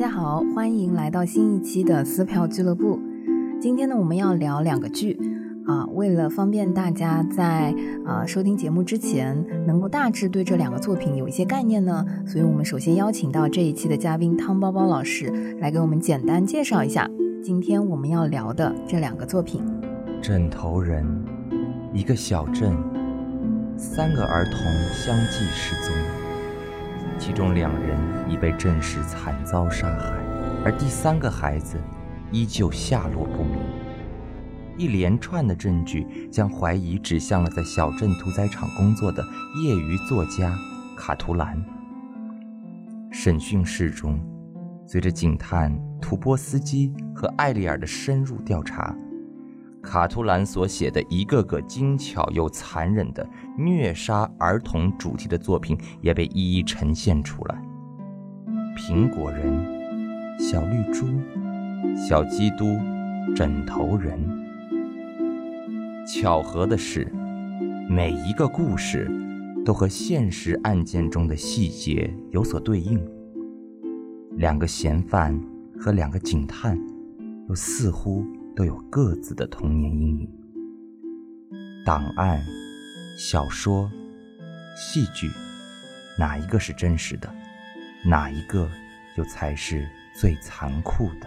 家好，欢迎来到新一期的撕票俱乐部。今天呢，我们要聊2个剧为了方便大家在收听节目之前能够大致对这2个作品有一些概念呢，所以我们首先邀请到这一期的嘉宾汤包包老师来给我们简单介绍一下今天我们要聊的这2个作品。 枕头人，一个小镇，3个儿童相继失踪，其中2人已被证实惨遭杀害，而第3个孩子依旧下落不明。一连串的证据将怀疑指向了在小镇屠宰场工作的业余作家卡图兰。审讯室中，随着警探图波斯基和艾利尔的深入调查，卡图兰所写的一个个精巧又残忍的虐杀儿童主题的作品也被一一呈现出来。苹果人、小绿猪、小基督、枕头人。巧合的是，每一个故事都和现实案件中的细节有所对应。2个嫌犯和2个警探又似乎都有各自的童年阴影。档案、小说、戏剧，哪一个是真实的，哪一个又才是最残酷的？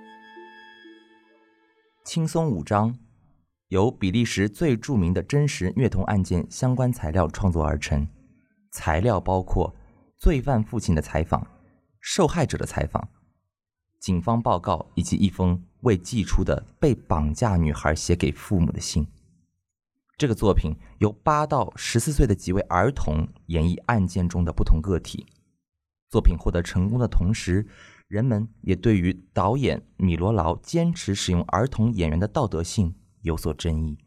轻松5章，由比利时最著名的真实虐童案件相关材料创作而成。材料包括罪犯父亲的采访、受害者的采访、警方报告以及一封未寄出的被绑架女孩写给父母的信。这个作品由8到14岁的几位儿童演绎案件中的不同个体。作品获得成功的同时，人们也对于导演米罗劳坚持使用儿童演员的道德性有所争议。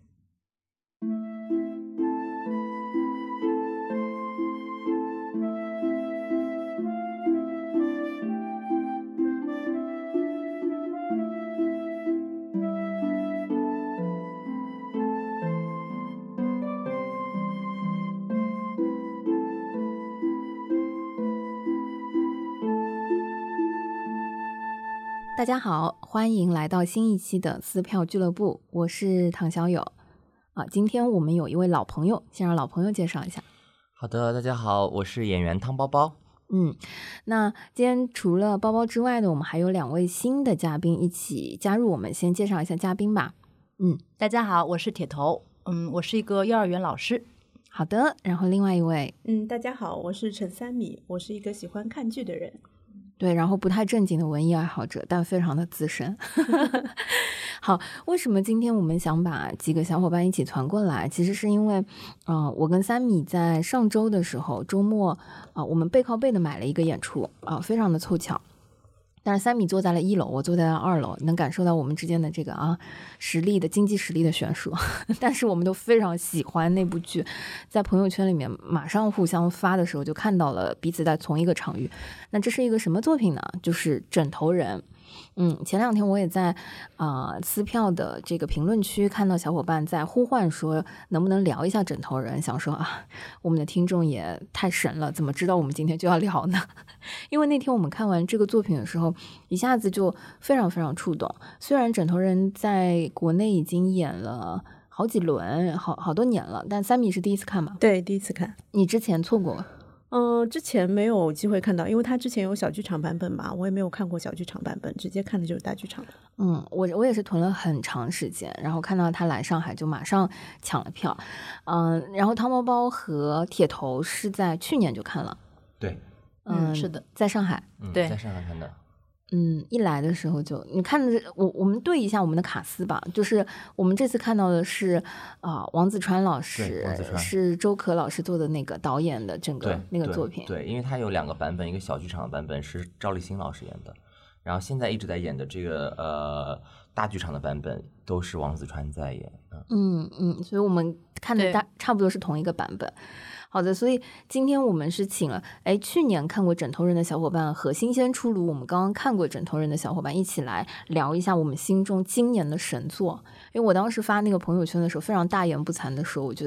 大家好，欢迎来到新一期的撕票俱乐部，我是唐小友今天我们有一位老朋友，先让老朋友介绍一下。 好的，大家好，我是演员汤包包。 那今天除了包包之外呢，我们还有2位新的嘉宾一起加入我们，先介绍一下嘉宾吧。 大家好，我是铁头，我是一个幼儿园老师。 好的，然后另外一位， 大家好，我是陈三米，我是一个喜欢看剧的人。 对，然后不太正经的文艺爱好者，但非常的资深。好，为什么今天我们想把几个小伙伴一起团过来？其实是因为，我跟三米在上周的时候，周末我们背靠背的买了一个演出非常的凑巧。但是三米坐在了1楼，我坐在了2楼，能感受到我们之间的这个经济实力的悬殊。但是我们都非常喜欢那部剧，在朋友圈里面马上互相发的时候就看到了彼此在同一个场域。那这是一个什么作品呢？就是枕头人。前2天我也在撕票的这个评论区看到小伙伴在呼唤说能不能聊一下枕头人，想说我们的听众也太神了，怎么知道我们今天就要聊呢？因为那天我们看完这个作品的时候，一下子就非常非常触动。虽然枕头人在国内已经演了好几轮，好多年了，但三米是第一次看吗？ 对，第一次看。 你之前错过？ 之前没有机会看到，因为他之前有小剧场版本嘛，我也没有看过小剧场版本，直接看的就是大剧场。 我也是囤了很长时间，然后看到他来上海就马上抢了票。然后汤包包和铁头是在去年就看了。 对， 是的， 在上海。 对， 在上海看的。 一来的时候就你看的我们对一下我们的卡司吧，就是我们这次看到的是王子川老师，是周可老师做的那个导演的整个那个作品。 对，因为他有2个版本，一个小剧场的版本是赵立新老师演的，然后现在一直在演的这个大剧场的版本都是王子川在演。 所以我们看的差不多是同一个版本。好的，所以今天我们是请了去年看过枕头人的小伙伴和新鲜出炉我们刚刚看过枕头人的小伙伴一起来聊一下我们心中今年的神作。因为我当时发那个朋友圈的时候非常大言不惭的说，我觉得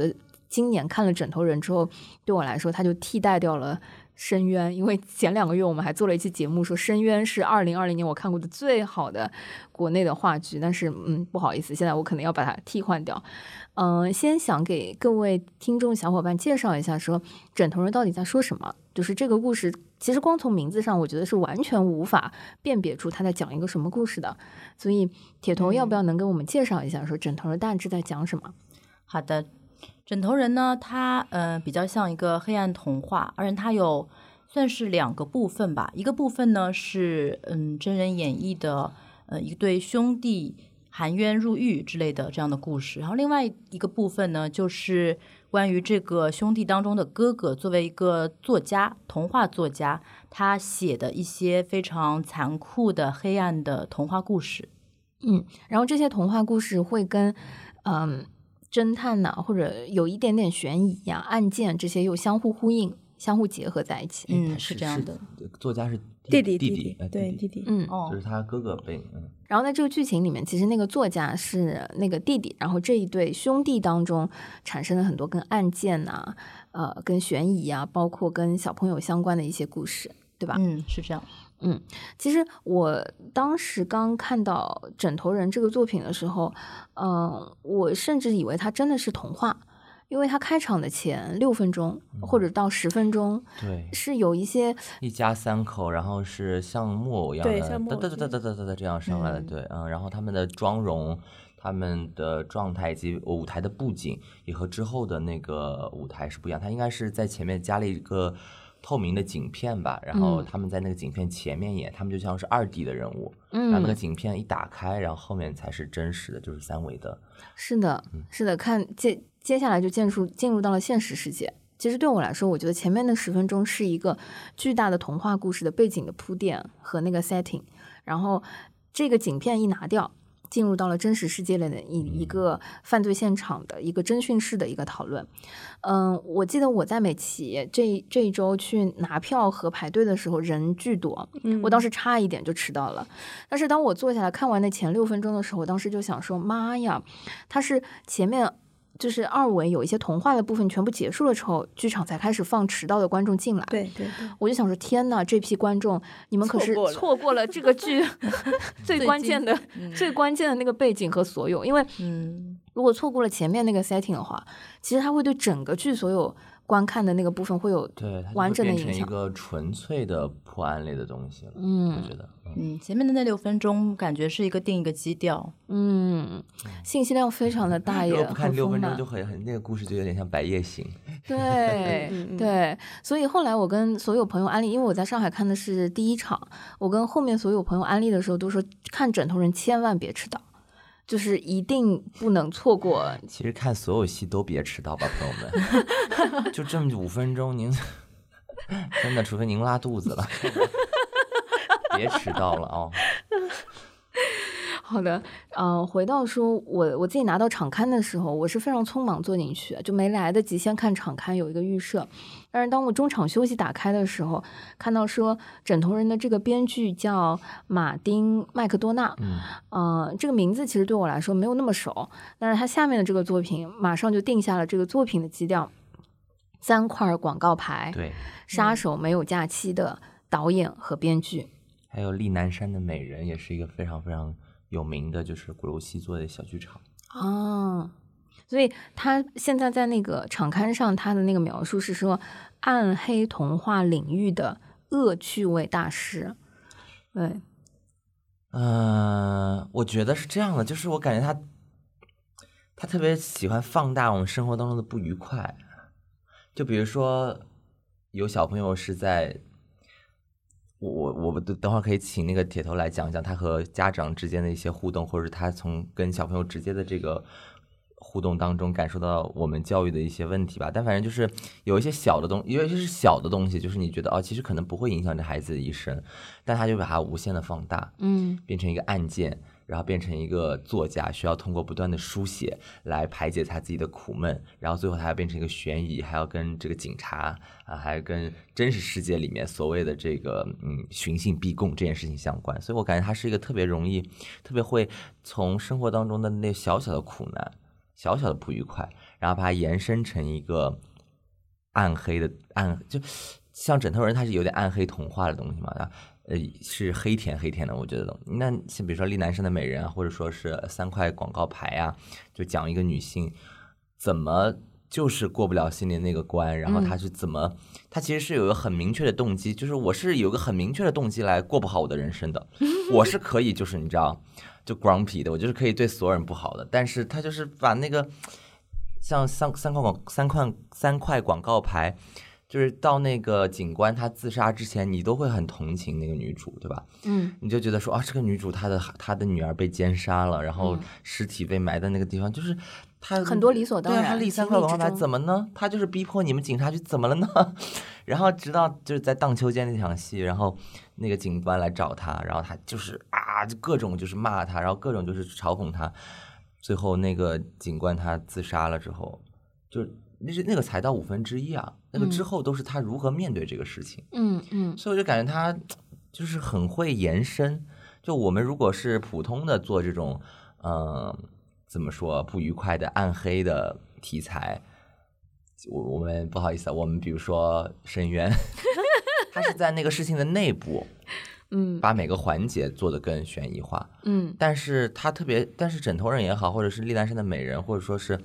今年看了《枕头人》之后，对我来说它就替代掉了深渊，因为前2个月我们还做了一期节目说深渊是2020年我看过的最好的国内的话剧，但是不好意思，现在我可能要把它替换掉。先想给各位听众小伙伴介绍一下说枕头人到底在说什么，就是这个故事其实光从名字上我觉得是完全无法辨别出他在讲一个什么故事的，所以铁头要不要能跟我们介绍一下说枕头人大致在讲什么？ 好的，枕头人呢，它比较像一个黑暗童话，而且它有算是2个部分吧。一个部分呢是真人演绎的一对兄弟含冤入狱之类的这样的故事，然后另外一个部分呢就是关于这个兄弟当中的哥哥作为一个作家，童话作家，他写的一些非常残酷的黑暗的童话故事。 然后这些童话故事会跟侦探呐，或者有一点点悬疑呀、案件这些又相互呼应、相互结合在一起。 是这样的。 作家是弟弟， 对弟弟， 就是他哥哥被然后在这个剧情里面，其实那个作家是那个弟弟，然后这一对兄弟当中产生了很多跟案件呐、跟悬疑啊，包括跟小朋友相关的一些故事，对吧？ 是这样。 其实我当时刚看到《枕头人》这个作品的时候，我甚至以为它真的是童话，因为它开场的前6分钟或者到10分钟， 对， 是有一些一家3口，然后是像木偶一样的， 对像木偶哒这样上来的，对，然后他们的妆容、他们的状态以及舞台的布景也和之后的那个舞台是不一样，它应该是在前面加了一个透明的景片吧，然后他们在那个景片前面演，他们就像是2D 的人物，然后那个景片一打开，然后后面才是真实的，就是3维的。 是的，是的，看接下来就进入到了现实世界。其实对我来说，我觉得前面的10分钟是一个巨大的童话故事的背景的铺垫和那个 setting， 然后这个景片一拿掉，进入到了真实世界里的一个犯罪现场的一个侦讯室的一个讨论。我记得我在美琪这一周去拿票和排队的时候人巨多，我当时差一点就迟到了。但是当我坐下来看完那前6分钟的时候，我当时就想说，妈呀，它是前面就是2维有一些童话的部分全部结束了之后，剧场才开始放迟到的观众进来。 对， 我就想说，天哪，这批观众你们可是错过了这个剧最关键的那个背景和所有，因为如果错过了前面那个 setting 的话，其实它会对整个剧所有观看的那个部分会有完整的影响， 变成一个纯粹的破案类的东西了。我觉得前面的那6分钟感觉是一个定一个基调， 信息量非常的大，也如果不看6分钟就很那个故事就有点像白夜行。 对，所以后来我跟所有朋友安利，因为我在上海看的是第1场，我跟后面所有朋友安利的时候都说，看枕头人千万别迟到，就是一定不能错过。 其实看所有戏都别迟到吧，朋友们，就这么5分钟，您真的，除非您拉肚子了，别迟到了哦。 好的，回到说我自己拿到场刊的时候，我是非常匆忙坐进去，就没来得及先看场刊有一个预设。但是当我中场休息打开的时候，看到说枕头人的这个编剧叫马丁·麦克多纳，这个名字其实对我来说没有那么熟，但是他下面的这个作品马上就定下了这个作品的基调，3块广告牌， 对， 杀手没有假期的导演和编剧， 还有厉南山的美人也是一个非常非常有名的，就是鼓楼西做的小剧场。 所以他现在在那个场刊上，他的那个描述是说暗黑童话领域的恶趣味大师。对， 我觉得是这样的，就是我感觉他特别喜欢放大我们生活当中的不愉快，就比如说有小朋友是在。我等会儿可以请那个铁头来讲讲他和家长之间的一些互动，或者是他从跟小朋友直接的这个互动当中感受到我们教育的一些问题吧。但反正就是有一些小的东西，尤其是小的东西，就是你觉得其实可能不会影响这孩子的一生，但他就把它无限的放大，变成一个案件，然后变成一个作家需要通过不断的书写来排解他自己的苦闷，然后最后他要变成一个悬疑，还要跟这个警察还要跟真实世界里面所谓的这个寻衅逼供这件事情相关。所以我感觉他是一个特别容易特别会从生活当中的那小小的苦难， 小小的不愉快，然后把它延伸成一个暗黑的就像枕头人，它是有点暗黑童话的东西嘛，是黑甜的，我觉得。那像比如说丽男生的美人啊，或者说是3块广告牌啊，就讲一个女性怎么就是过不了心里那个关，然后她是怎么，她其实是有一个很明确的动机，就是我是有个很明确的动机来过不好我的人生的，我是可以就是你知道就 grumpy 的，我就是可以对所有人不好的，但是她就是把那个像三块广告牌。就是到那个警官他自杀之前，你都会很同情那个女主，对吧？你就觉得说啊，这个女主她的女儿被奸杀了，然后尸体被埋在那个地方，就是她很多理所当然。 对啊，她立3块广告牌怎么呢？她就是逼迫你们警察局怎么了呢？然后直到就是在荡秋千那场戏，然后那个警官来找她，然后她就是就各种就是骂她，然后各种就是嘲讽她，最后那个警官他自杀了之后，就那个才到1/5啊，那个之后都是他如何面对这个事情。所以我就感觉他就是很会延伸。就我们如果是普通的做这种怎么说不愉快的暗黑的题材，我们不好意思啊，我们比如说深渊，他是在那个事情的内部。把每个环节做得更悬疑化。但是枕头人也好，或者是丽男生的美人，或者说是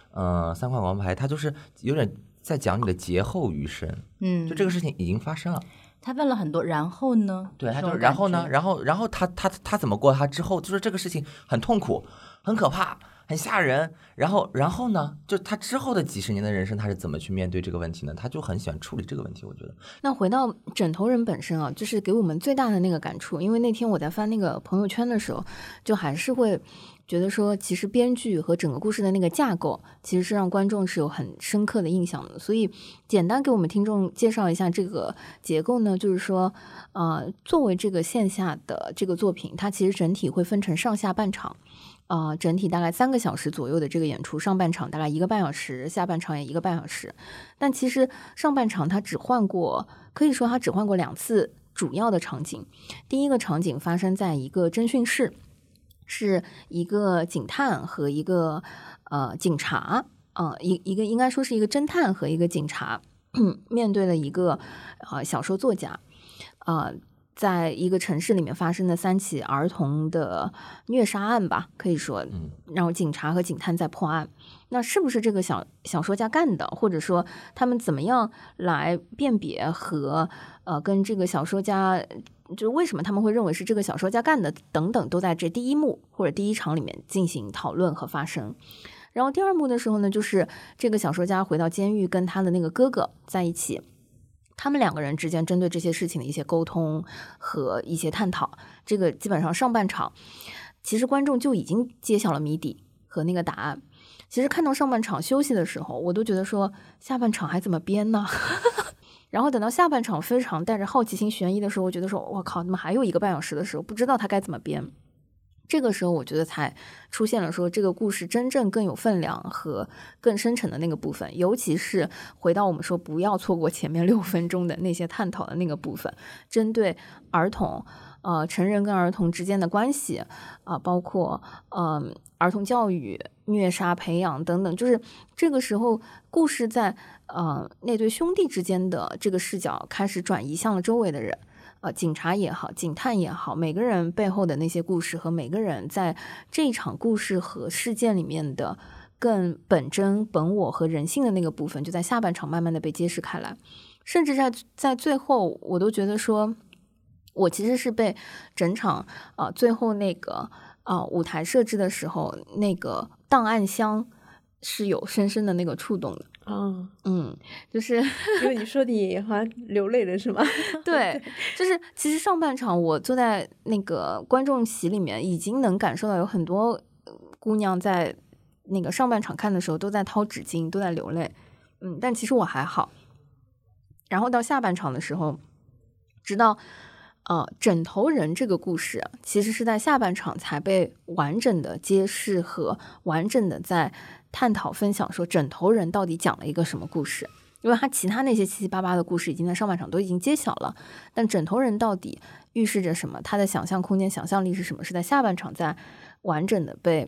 3块广告牌，他就是有点在讲你的劫后余生。就这个事情已经发生了。 他问了很多，然后呢？ 对，他就然后呢？然后他怎么过？他之后就是这个事情很痛苦、很可怕、很吓人。然后呢？就他之后的几十年的人生，他是怎么去面对这个问题呢？他就很喜欢处理这个问题，我觉得。 那回到枕头人本身啊，就是给我们最大的那个感触，因为那天我在翻那个朋友圈的时候，就还是会觉得说，其实编剧和整个故事的那个架构，其实是让观众是有很深刻的印象的。所以简单给我们听众介绍一下这个结构呢，就是说作为这个线下的这个作品，它其实整体会分成上下半场。整体大概3个小时左右的这个演出，上半场大概1个半小时，下半场也1个半小时。但其实上半场它可以说它只换过2次主要的场景。第一个场景发生在一个侦讯室，是一个警探和一个警察，一个应该说是一个侦探和一个警察面对了一个小说作家，在一个城市里面发生的3起儿童的虐杀案吧，可以说，然后警察和警探在破案。那是不是这个小说家干的，或者说他们怎么样来辨别和跟这个小说家，就是为什么他们会认为是这个小说家干的等等，都在这第一幕或者第一场里面进行讨论和发生。然后第2幕的时候呢，就是这个小说家回到监狱，跟他的那个哥哥在一起。他们2个人之间针对这些事情的一些沟通和一些探讨，这个基本上上半场其实观众就已经揭晓了谜底和那个答案。其实看到上半场休息的时候，我都觉得说下半场还怎么编呢？然后等到下半场非常带着好奇心悬疑的时候，我觉得说我靠，那么还有1个半小时的时候，不知道他该怎么编。这个时候我觉得才出现了说这个故事真正更有分量和更深沉的那个部分，尤其是回到我们说不要错过前面6分钟的那些探讨的那个部分，针对儿童成人跟儿童之间的关系包括儿童教育、虐杀培养等等，就是这个时候故事在那对兄弟之间的这个视角开始转移向了周围的人。警察也好，警探也好，每个人背后的那些故事和每个人在这一场故事和事件里面的更本真、本我和人性的那个部分，就在下半场慢慢的被揭示开来。甚至在最后，我都觉得说，我其实是被整场最后那个舞台设置的时候，那个档案箱是有深深的那个触动的。就是因为你说你好像流泪了是吗？ 对，就是其实上半场我坐在那个观众席里面，已经能感受到有很多姑娘在那个上半场看的时候都在掏纸巾，都在流泪。但其实我还好。然后到下半场的时候，直到枕头人这个故事其实是在下半场才被完整的揭示和完整的在探讨分享说枕头人到底讲了一个什么故事。因为他其他那些七七八八的故事已经在上半场都已经揭晓了，但枕头人到底预示着什么，他的想象空间、想象力是什么，是在下半场在完整的被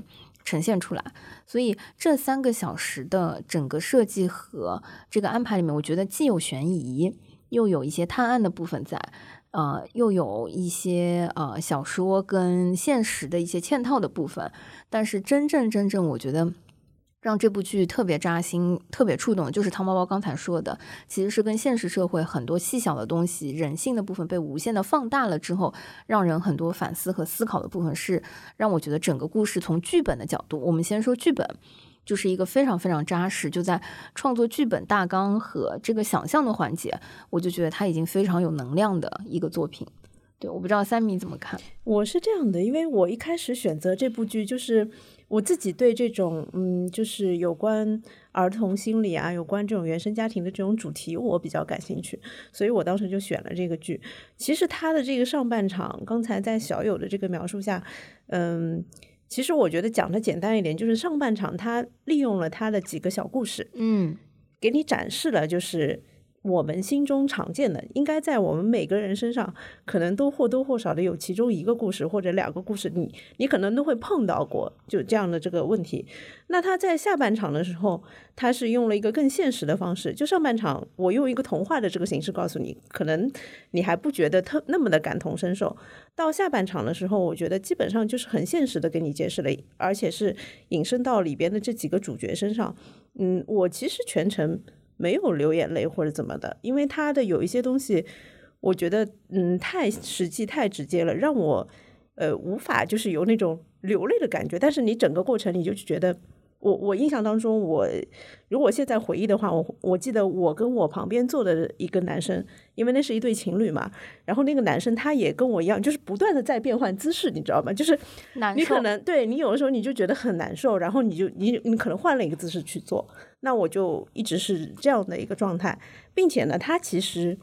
呈现出来。所以这3个小时的整个设计和这个安排里面，我觉得既有悬疑，又有一些探案的部分在，又有一些小说跟现实的一些嵌套的部分。但是真正我觉得让这部剧特别扎心、特别触动，就是汤包包刚才说的，其实是跟现实社会很多细小的东西、人性的部分被无限的放大了之后，让人很多反思和思考的部分，是让我觉得整个故事从剧本的角度，我们先说剧本，就是一个非常非常扎实，就在创作剧本大纲和这个想象的环节，我就觉得它已经非常有能量的一个作品。对，我不知道三米怎么看。 我是这样的，因为我一开始选择这部剧，就是我自己对这种就是有关儿童心理啊，有关这种原生家庭的这种主题我比较感兴趣，所以我当时就选了这个剧。其实它的这个上半场，刚才在小友的这个描述下，其实我觉得讲的简单一点，就是上半场它利用了它的几个小故事，给你展示了就是我们心中常见的，应该在我们每个人身上可能都或多或少的有其中一个故事或者2个故事，你可能都会碰到过就这样的这个问题。那他在下半场的时候，他是用了一个更现实的方式，就上半场我用一个童话的这个形式告诉你，可能你还不觉得那么的感同身受，到下半场的时候，我觉得基本上就是很现实的给你揭示了，而且是引申到里边的这几个主角身上。我其实全程没有流眼泪或者怎么的，因为他的有一些东西我觉得太实际太直接了，让我无法就是有那种流泪的感觉，但是你整个过程你就觉得我印象当中，我如果现在回忆的话，我记得我跟我旁边坐的一个男生，因为那是一对情侣嘛，然后那个男生他也跟我一样，就是不断的在变换姿势，你知道吗？就是你可能对你有的时候你就觉得很难受，然后你可能换了一个姿势去做，那我就一直是这样的一个状态，并且呢，他其实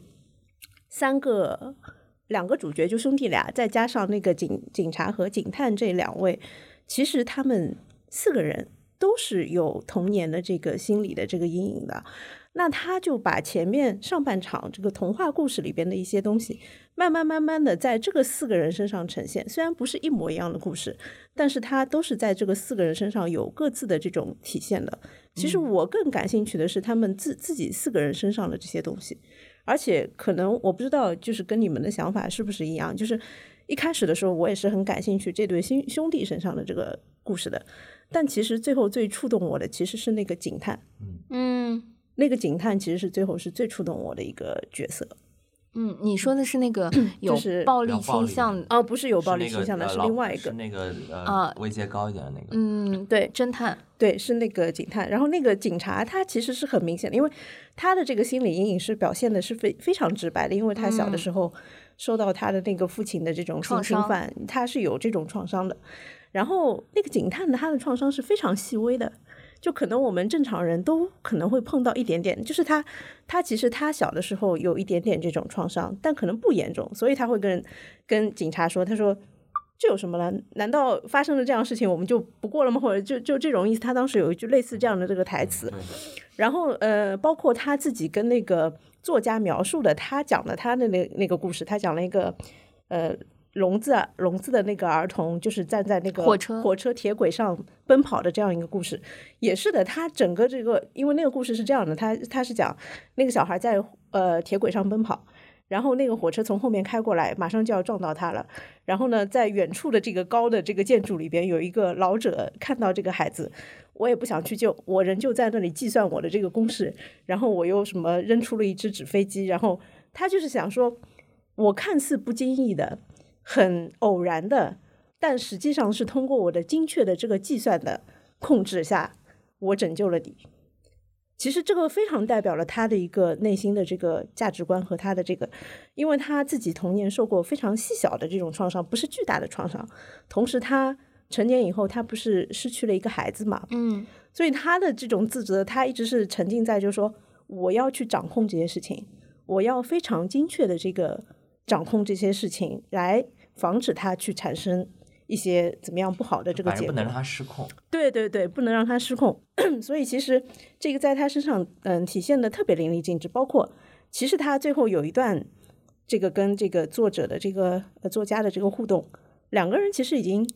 2个主角就兄弟俩，再加上那个警察和警探这2位，其实他们4个人都是有童年的这个心理的这个阴影的。那他就把前面上半场这个童话故事里边的一些东西慢慢的在这个4个人身上呈现，虽然不是一模一样的故事，但是他都是在这个4个人身上有各自的这种体现的。其实我更感兴趣的是他们自己4个人身上的这些东西，而且可能我不知道就是跟你们的想法是不是一样，就是一开始的时候我也是很感兴趣这对兄弟身上的这个故事的，但其实最后最触动我的其实是那个警探。那个警探其实是最后是最触动我的一个角色。 你说的是那个有暴力倾向哦，不是有暴力倾向的，是另外一个， 是那个位阶高一点的那个。 对， 侦探， 对，是那个警探。然后那个警察他其实是很明显的，因为他的这个心理阴影是表现的是非常直白的，因为他小的时候受到他的那个父亲的这种性侵犯，他是有这种创伤的。然后那个警探的他的创伤是非常细微的，就可能我们正常人都可能会碰到一点点，就是他其实他小的时候有一点点这种创伤，但可能不严重，所以他会跟警察说，他说这有什么了？难道发生了这样的事情我们就不过了吗？或者就这种意思。他当时有一句类似这样的这个台词。然后包括他自己跟那个作家描述的，他讲了他的那个故事，他讲了一个聋子的那个儿童，就是站在那个火车铁轨上奔跑的这样一个故事，也是的。他整个这个，因为那个故事是这样的，他是讲那个小孩在铁轨上奔跑，然后那个火车从后面开过来，马上就要撞到他了。然后呢，在远处的这个高的这个建筑里边，有一个老者看到这个孩子，我也不想去救，我人就在那里计算我的这个公式，然后我又什么扔出了一只纸飞机，然后他就是想说，我看似不经意的。很偶然的，但实际上是通过我的精确的这个计算的控制下，我拯救了你。其实这个非常代表了他的一个内心的这个价值观和他的这个，因为他自己童年受过非常细小的这种创伤，不是巨大的创伤，同时他成年以后他不是失去了一个孩子嘛，所以他的这种自责，他一直是沉浸在就是说我要去掌控这些事情，我要非常精确的这个掌控这些事情，来防止他去产生一些怎么样不好的这个结果， 不能让他失控。 对对对，不能让他失控。所以其实这个在他身上体现的特别淋漓尽致，包括其实他最后有一段这个跟这个作者的这个作家的这个互动，两个人其实已经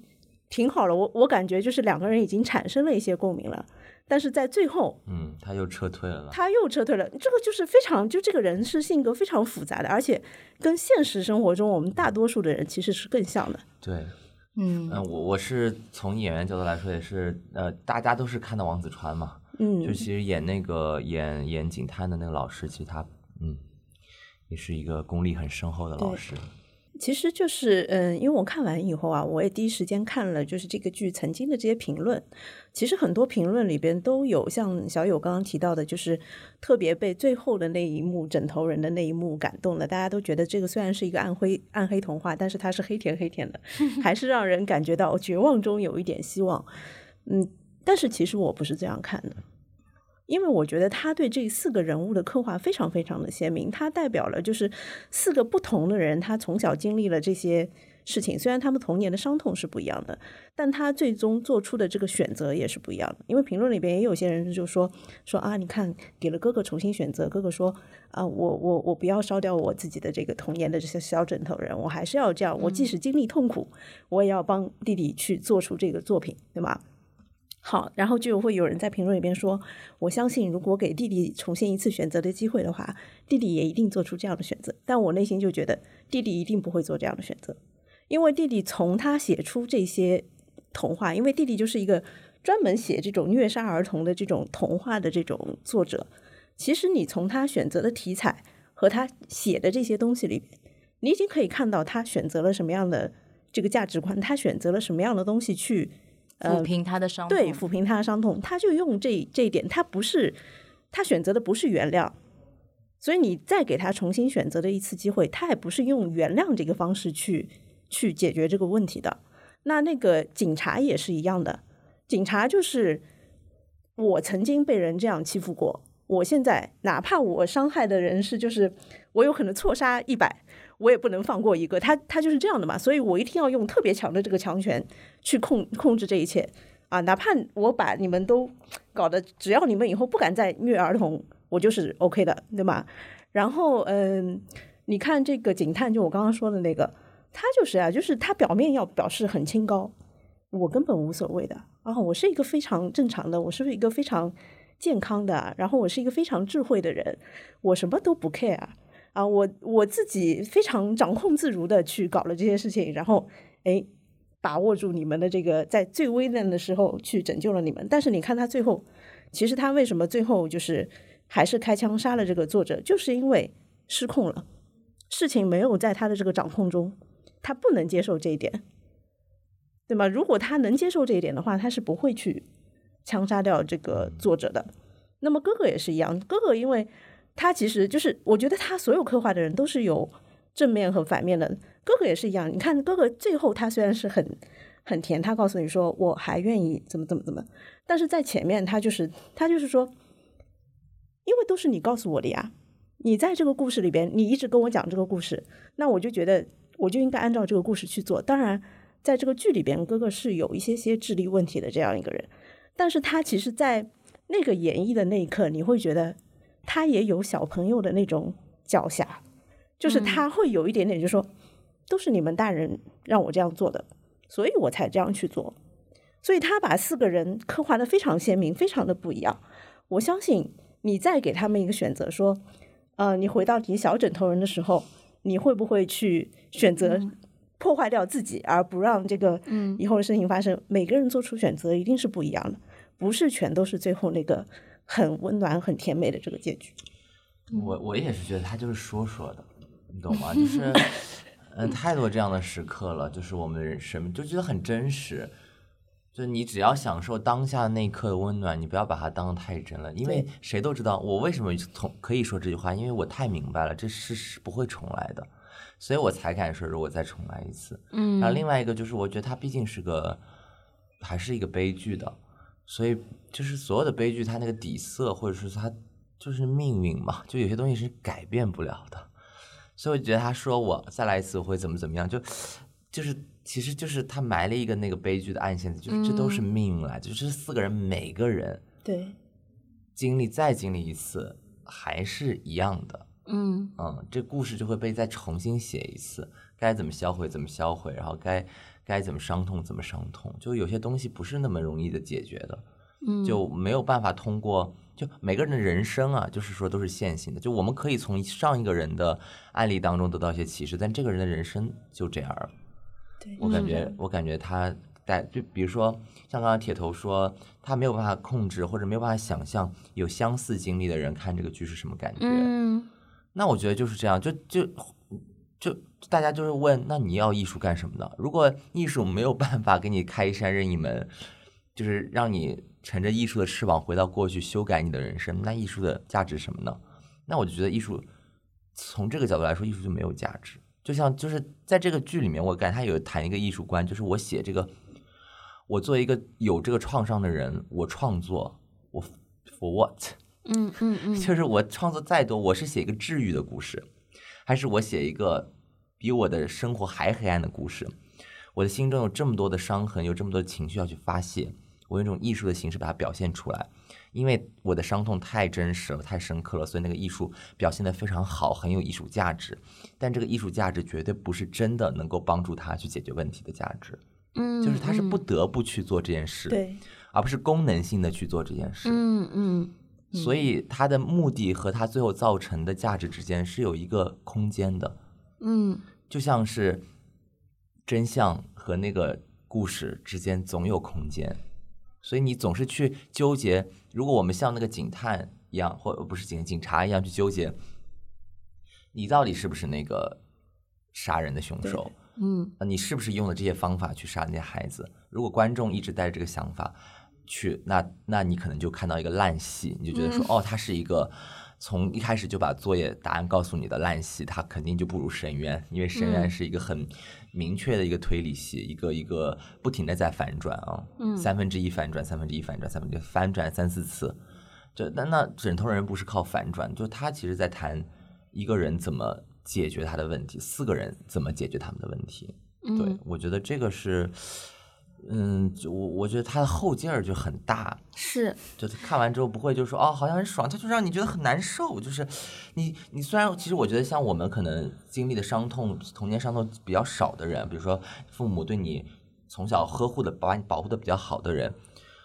挺好了，我感觉就是两个人已经产生了一些共鸣了，但是在最后， 他又撤退了。 这个就是非常，就这个人是性格非常复杂的，而且跟现实生活中我们大多数的人其实是更像的。 对，我是从演员角度来说，也是大家都是看到王子川嘛，就其实演警探的那个老师，其实他也是一个功力很深厚的老师。 其实就是因为我看完以后啊，我也第一时间看了就是这个剧曾经的这些评论，其实很多评论里边都有像小友刚刚提到的，就是特别被最后的那一幕枕头人的那一幕感动了，大家都觉得这个虽然是一个暗黑童话，但是它是黑甜黑甜的，还是让人感觉到绝望中有一点希望。但是其实我不是这样看的，因为我觉得他对这4个人物的刻画非常非常的鲜明，他代表了就是4个不同的人，他从小经历了这些事情，虽然他们童年的伤痛是不一样的，但他最终做出的这个选择也是不一样的。因为评论里边也有些人就说啊，你看给了哥哥重新选择，哥哥说啊，我不要烧掉我自己的这个童年的这些小枕头人，我还是要这样，我即使经历痛苦，我也要帮弟弟去做出这个作品，对吧？好，然后就会有人在评论里边说，我相信如果给弟弟重新一次选择的机会的话，弟弟也一定做出这样的选择。但我内心就觉得弟弟一定不会做这样的选择，因为弟弟从他写出这些童话，因为弟弟就是一个专门写这种虐杀儿童的这种童话的这种作者，其实你从他选择的题材和他写的这些东西里边，你已经可以看到他选择了什么样的这个价值观，他选择了什么样的东西去抚平他的伤痛。 对，抚平他的伤痛，他就用这一点，他选择的不是原谅，所以你再给他重新选择的一次机会，他也不是用原谅这个方式去解决这个问题的。那个警察也是一样的，警察就是我曾经被人这样欺负过，我现在哪怕我伤害的人是就是我有可能错杀100，我也不能放过一个，他就是这样的嘛，所以我一定要用特别强的这个强权去控制这一切啊！哪怕我把你们都搞得，只要你们以后不敢再虐儿童，我就是 OK 的，对吧？然后你看这个警探，就我刚刚说的那个，他就是啊，就是他表面要表示很清高，我根本无所谓的啊，我是一个非常正常的，我是一个非常健康的，然后我是一个非常智慧的人，我什么都不 care 啊，我自己非常掌控自如的去搞了这些事情，然后把握住你们的这个在最危难的时候去拯救了你们。但是你看他最后，其实他为什么最后就是还是开枪杀了这个作者，就是因为失控了，事情没有在他的这个掌控中，他不能接受这一点，对吗？如果他能接受这一点的话，他是不会去枪杀掉这个作者的。那么哥哥也是一样，哥哥因为他其实就是我觉得他所有刻画的人都是有正面和反面的，哥哥也是一样。你看哥哥最后他虽然是很甜，他告诉你说我还愿意怎么，但是在前面他就是说，因为都是你告诉我的呀，你在这个故事里边你一直跟我讲这个故事，那我就觉得我就应该按照这个故事去做。当然在这个剧里边哥哥是有一些智力问题的这样一个人，但是他其实在那个演绎的那一刻，你会觉得他也有小朋友的那种狡黠，就是他会有一点点就说都是你们大人让我这样做的，所以我才这样去做。所以他把4个人刻画的非常鲜明，非常的不一样。我相信你再给他们一个选择说你回到你小枕头人的时候，你会不会去选择破坏掉自己而不让这个以后的事情发生？每个人做出选择一定是不一样的，不是全都是最后那个很温暖很甜美的这个结局。 我也是觉得他就是说的，你懂吗？就是太多这样的时刻了，就是我们的人生就觉得很真实，就你只要享受当下那一刻的温暖，你不要把它当得太真了，因为谁都知道我为什么可以说这句话，因为我太明白了这事是不会重来的，所以我才敢说如果再重来一次。然后另外一个就是我觉得它毕竟还是一个悲剧的，所以就是所有的悲剧它那个底色或者是它就是命运嘛，就有些东西是改变不了的。所以我觉得他说我再来一次我会怎么样，就是其实就是他埋了一个那个悲剧的暗线，就是这都是命来，就是4个人每个人对再经历一次还是一样的， 这故事就会被再重新写一次，该怎么销毁怎么销毁，然后该怎么伤痛怎么伤痛，就有些东西不是那么容易的解决的，就没有办法通过，就每个人的人生啊，就是说都是线性的，就我们可以从上一个人的案例当中得到一些启示，但这个人的人生就这样了。 对， 我感觉他就比如说像刚刚铁头说，他没有办法控制或者没有办法想象有相似经历的人看这个剧是什么感觉。那我觉得就是这样，就大家就是问，那你要艺术干什么呢？如果艺术没有办法给你开一扇任意门，就是让你乘着艺术的翅膀回到过去修改你的人生，那艺术的价值是什么呢？那我就觉得艺术从这个角度来说，艺术就没有价值。就是在这个剧里面，我感觉他有谈一个艺术观，就是我写这个，我作为一个有这个创伤的人，我创作我 for what？就是我创作再多，我是写一个治愈的故事，还是我写一个比我的生活还黑暗的故事？我的心中有这么多的伤痕，有这么多的情绪要去发泄，我用一种艺术的形式把它表现出来。因为我的伤痛太真实了，太深刻了，所以那个艺术表现得非常好，很有艺术价值。但这个艺术价值绝对不是真的能够帮助他去解决问题的价值。就是他是不得不去做这件事， 对， 而不是功能性的去做这件事。所以他的目的和他最后造成的价值之间是有一个空间的。就像是真相和那个故事之间总有空间，所以你总是去纠结。如果我们像那个警探一样，或不是警察一样去纠结，你到底是不是那个杀人的凶手？你是不是用了这些方法去杀那些孩子？如果观众一直带着这个想法去，那你可能就看到一个烂戏，你就觉得说，哦，他是一个从一开始就把作业答案告诉你的烂戏，他肯定就不如深渊，因为深渊是一个很明确的一个推理戏，一个不停的在反转啊，1/3反转，1/3反转，1/3反转3、4次。那枕头人不是靠反转，就他其实在谈一个人怎么解决他的问题，4个人怎么解决他们的问题。对，我觉得这个是。我觉得他的后劲儿就很大， 是， 就是看完之后不会就说哦，好像很爽，他就让你觉得很难受。就是你虽然其实我觉得像我们可能经历的伤痛，童年伤痛比较少的人，比如说父母对你从小呵护的把你保护的比较好的人，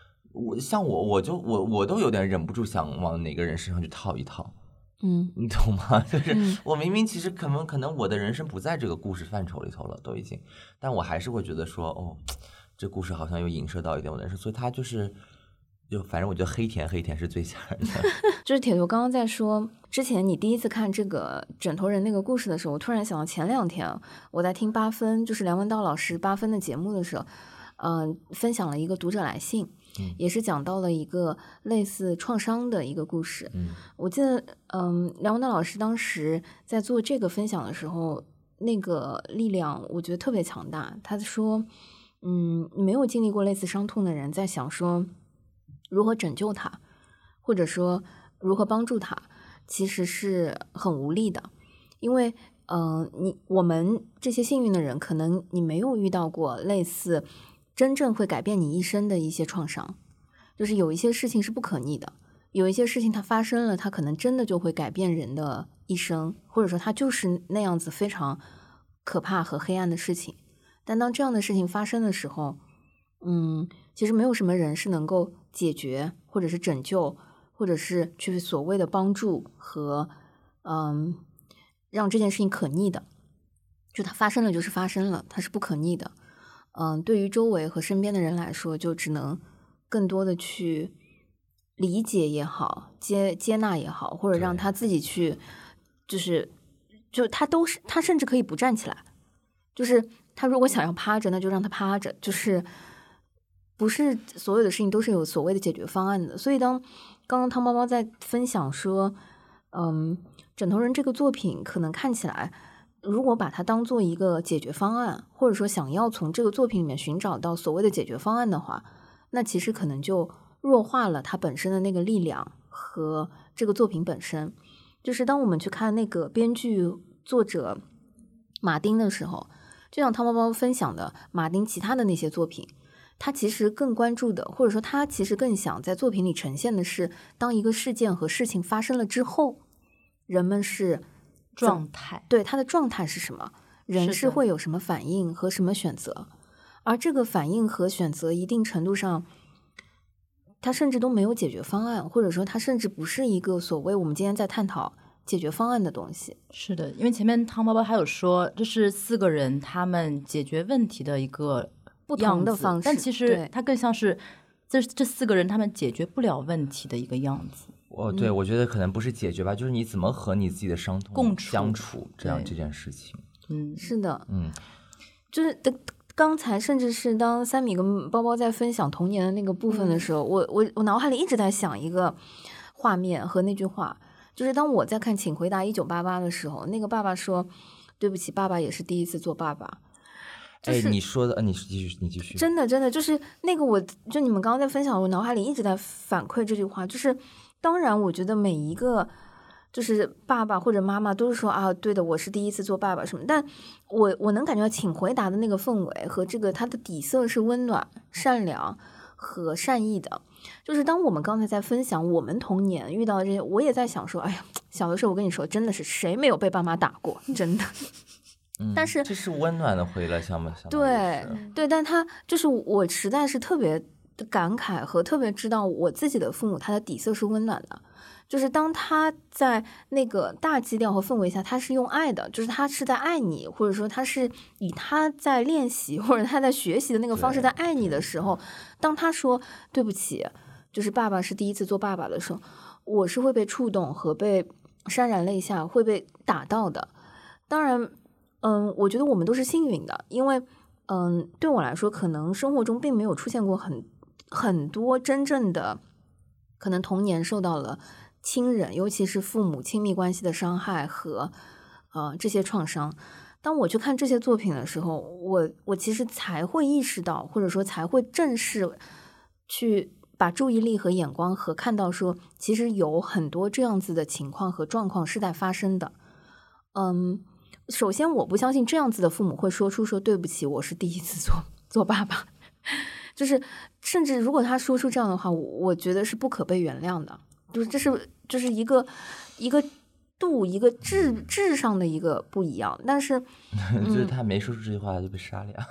我都有点忍不住想往哪个人身上去套一套。你懂吗？就是我明明其实可能我的人生不在这个故事范畴里头了，都已经，但我还是会觉得说哦。这故事好像又影射到一点我的人生，所以他就反正我觉得黑甜是最吓人的。 就是铁头刚刚在说，之前你第一次看这个枕头人那个故事的时候，我突然想到前2天我在听8分，就是梁文道老师8分的节目的时候，分享了一个读者来信，也是讲到了一个类似创伤的一个故事。我记得梁文道老师当时在做这个分享的时候，那个力量我觉得特别强大。他说没有经历过类似伤痛的人在想说如何拯救他，或者说如何帮助他，其实是很无力的。因为我们这些幸运的人，可能你没有遇到过类似真正会改变你一生的一些创伤，就是有一些事情是不可逆的，有一些事情它发生了，它可能真的就会改变人的一生，或者说它就是那样子非常可怕和黑暗的事情。但当这样的事情发生的时候，其实没有什么人是能够解决或者是拯救，或者是去所谓的帮助和让这件事情可逆的。就它发生了就是发生了，它是不可逆的。对于周围和身边的人来说，就只能更多的去理解也好，接纳也好，或者让他自己去，就他甚至可以不站起来，就是他如果想要趴着，那就让他趴着，就是不是所有的事情都是有所谓的解决方案的。所以刚刚汤包包在分享说，枕头人这个作品可能看起来，如果把它当做一个解决方案，或者说想要从这个作品里面寻找到所谓的解决方案的话，那其实可能就弱化了它本身的那个力量和这个作品本身。就是当我们去看那个编剧作者马丁的时候，就像汤包包分享的马丁其他的那些作品，他其实更关注的，或者说他其实更想在作品里呈现的是，当一个事件和事情发生了之后，人们是状态， 对他的状态是什么，人是会有什么反应和什么选择，而这个反应和选择一定程度上他甚至都没有解决方案，或者说他甚至不是一个所谓我们今天在探讨解决方案的东西。 是的，因为前面汤包包还有说这是4个人他们解决问题的一个不同的方式， 但其实它更像是这4个人他们解决不了问题的一个样子。 对，我觉得可能不是解决吧，就是你怎么和你自己的伤痛相处，这件事情。 是的，就是刚才甚至是当三米跟包包在分享童年的那个部分的时候，我脑海里一直在想一个画面和那句话，就是当我在看《请回答1988》的时候，那个爸爸说：“对不起，爸爸也是第一次做爸爸。” 你说的，你继续。 真的，就是那个，就你们刚刚在分享，我脑海里一直在反馈这句话，就是当然，我觉得每一个就是爸爸或者妈妈都是说啊，对的，我是第一次做爸爸什么，但我能感觉到请回答的那个氛围和这个它的底色是温暖、善良和善意的。就是当我们刚才在分享我们童年遇到的这些，我也在想说，哎呀，小的时候我跟你说，真的是谁没有被爸妈打过，真的。但是这是温暖的回来，像吗？ 对，但他就是我实在是特别的感慨和特别知道我自己的父母他的底色是温暖的，就是当他在那个大基调和氛围下，他是用爱的，就是他是在爱你，或者说他是以他在练习或者他在学习的那个方式在爱你的时候，当他说对不起，就是爸爸是第一次做爸爸的时候，我是会被触动和被潸然泪下，会被打到的。当然我觉得我们都是幸运的，因为对我来说可能生活中并没有出现过很多真正的可能童年受到了亲人尤其是父母亲密关系的伤害和这些创伤。当我去看这些作品的时候，我其实才会意识到，或者说才会正视去把注意力和眼光和看到说其实有很多这样子的情况和状况是在发生的。首先我不相信这样子的父母会说出说对不起，我是第一次做爸爸，就是甚至如果他说出这样的话，我觉得是不可被原谅的，就是这是一个度一个质上的一个不一样。但是就是他没说出这句话就被杀了呀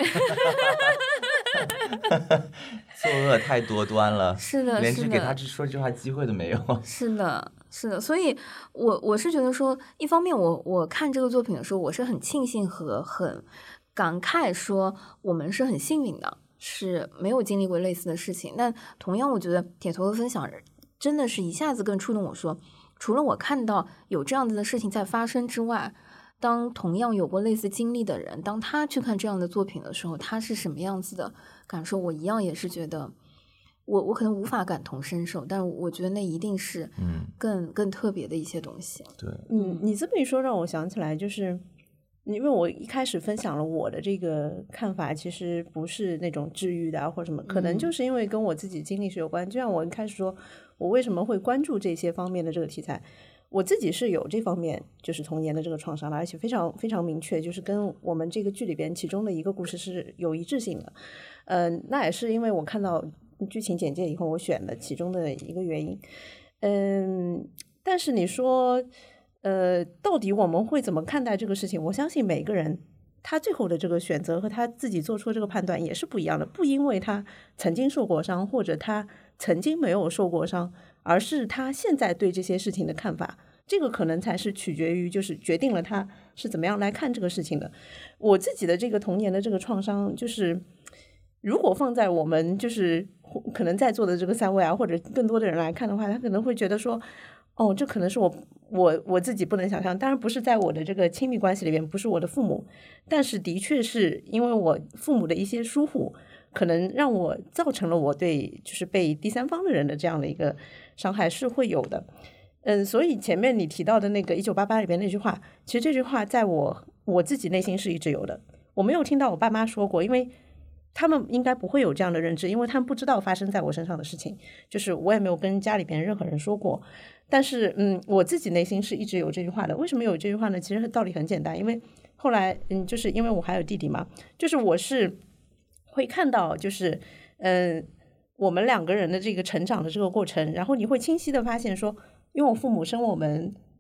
作恶太多端了， 是的， 连给他说这句话机会都没有。 是的，所以我是觉得说，一方面我看这个作品的时候，我是很庆幸和很感慨说我们是很幸运的，是没有经历过类似的事情。但同样我觉得铁头的分享真的是一下子更触动我说，除了我看到有这样子的事情在发生之外，当同样有过类似经历的人，当他去看这样的作品的时候，他是什么样子的感受，我一样也是觉得我可能无法感同身受，但我觉得那一定是更特别的一些东西。 对， 你这么一说让我想起来，就是因为我一开始分享了我的这个看法，其实不是那种治愈的啊或者什么，可能就是因为跟我自己经历是有关。就像我一开始说我为什么会关注这些方面的这个题材，我自己是有这方面就是童年的这个创伤的，而且非常非常明确，就是跟我们这个剧里边其中的一个故事是有一致性的。那也是因为我看到剧情简介以后我选了其中的一个原因。但是你说到底我们会怎么看待这个事情，我相信每个人他最后的这个选择和他自己做出这个判断也是不一样的，不因为他曾经受过伤或者他曾经没有受过伤，而是他现在对这些事情的看法，这个可能才是取决于就是决定了他是怎么样来看这个事情的。我自己的这个童年的这个创伤，就是如果放在我们就是可能在座的这个3位啊或者更多的人来看的话，他可能会觉得说哦，这可能是我自己不能想象，当然不是在我的这个亲密关系里面，不是我的父母，但是的确是因为我父母的一些疏忽，可能让我造成了我对就是被第三方的人的这样的一个伤害是会有的。所以前面你提到的那个1988里边那句话，其实这句话在我自己内心是一直有的，我没有听到我爸妈说过，因为他们应该不会有这样的认知，因为他们不知道发生在我身上的事情，就是我也没有跟家里边任何人说过。但是我自己内心是一直有这句话的。为什么有这句话呢？其实道理很简单，因为后来就是因为我还有弟弟嘛，就是我是会看到就是我们2个人的这个成长的这个过程，然后你会清晰的发现说，因为我父母生我们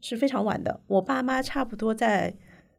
是非常晚的，我爸妈差不多在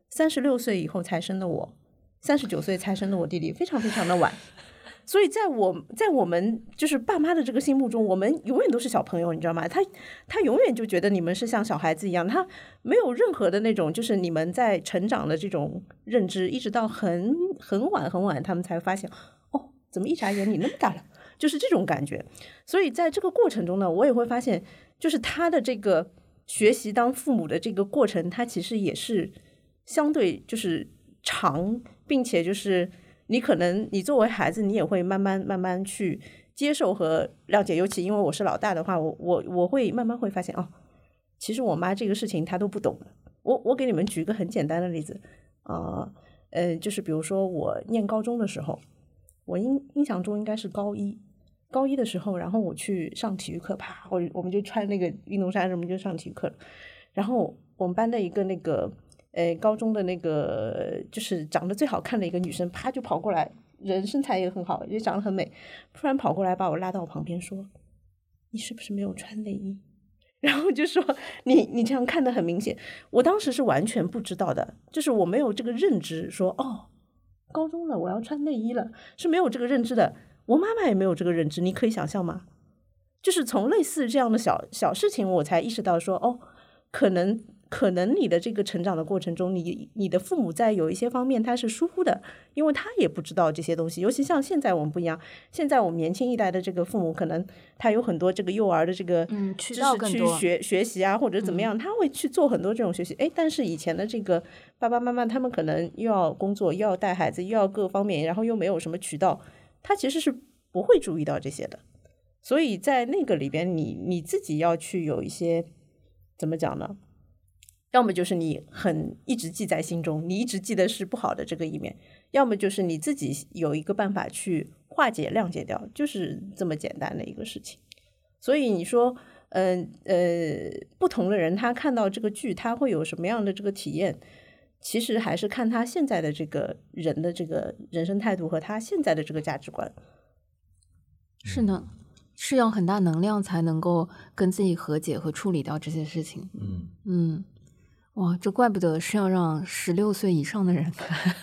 36岁以后才生的我，39岁才生的我弟弟，非常非常的晚。所以在我们就是爸妈的这个心目中，我们永远都是小朋友，你知道吗？他永远就觉得你们是像小孩子一样，他没有任何的那种就是你们在成长的这种认知，一直到很晚很晚，他们才发现哦，怎么一眨眼你那么大了，就是这种感觉。所以在这个过程中呢，我也会发现，就是他的这个学习当父母的这个过程，他其实也是相对就是长，并且就是你可能你作为孩子，你也会慢慢去接受和了解。尤其因为我是老大的话，我会慢慢会发现哦，其实我妈这个事情她都不懂的。我给你们举一个很简单的例子，就是比如说我念高中的时候，我印象中应该是高一的时候，然后我去上体育课，啪，我们就穿那个运动衫什么就上体育课了。然后我们班的一个那个高中的那个就是长得最好看的一个女生，啪就跑过来，人身材也很好，也长得很美，突然跑过来把我拉到我旁边说：“你是不是没有穿内衣？”然后就说你这样看得很明显。我当时是完全不知道的，就是我没有这个认知说哦，高中了我要穿内衣了，是没有这个认知的。我妈妈也没有这个认知，你可以想象吗？就是从类似这样的小事情，我才意识到说哦，可能你的这个成长的过程中，你的父母在有一些方面他是疏忽的，因为他也不知道这些东西。尤其像现在我们不一样，现在我们年轻一代的这个父母，可能他有很多这个幼儿的这个知识去学习啊，或者怎么样，他会去做很多这种学习。但是以前的这个爸爸妈妈，他们可能又要工作，又要带孩子，又要各方面，然后又没有什么渠道，他其实是不会注意到这些的。所以在那个里边，你自己要去有一些怎么讲呢？要么就是你一直记在心中，你一直记得是不好的这个一面，要么就是你自己有一个办法去化解谅解掉，就是这么简单的一个事情。所以你说不同的人他看到这个剧他会有什么样的这个体验，其实还是看他现在的这个人的这个人生态度和他现在的这个价值观。 是呢，是要很大能量才能够跟自己和解和处理掉这些事情。哇，这怪不得是要让16岁以上的人看。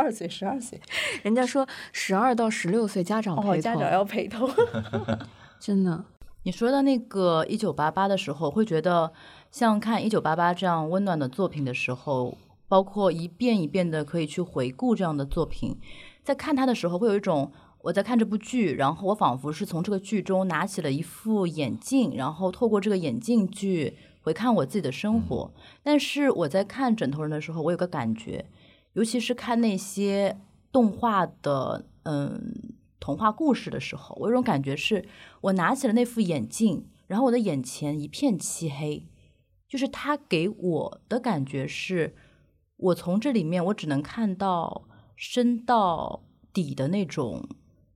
12岁， 人家说12到16岁家长陪同， 家长要陪同。 真的。 你说的那个1988的时候，会觉得像看1988这样温暖的作品的时候，包括一遍一遍的可以去回顾这样的作品，在看它的时候会有一种我在看这部剧，然后我仿佛是从这个剧中拿起了一副眼镜，然后透过这个眼镜去回看我自己的生活。但是我在看枕头人的时候，我有个感觉，尤其是看那些动画的童话故事的时候，我有种感觉是我拿起了那副眼镜，然后我的眼前一片漆黑，就是它给我的感觉是我从这里面我只能看到深到底的那种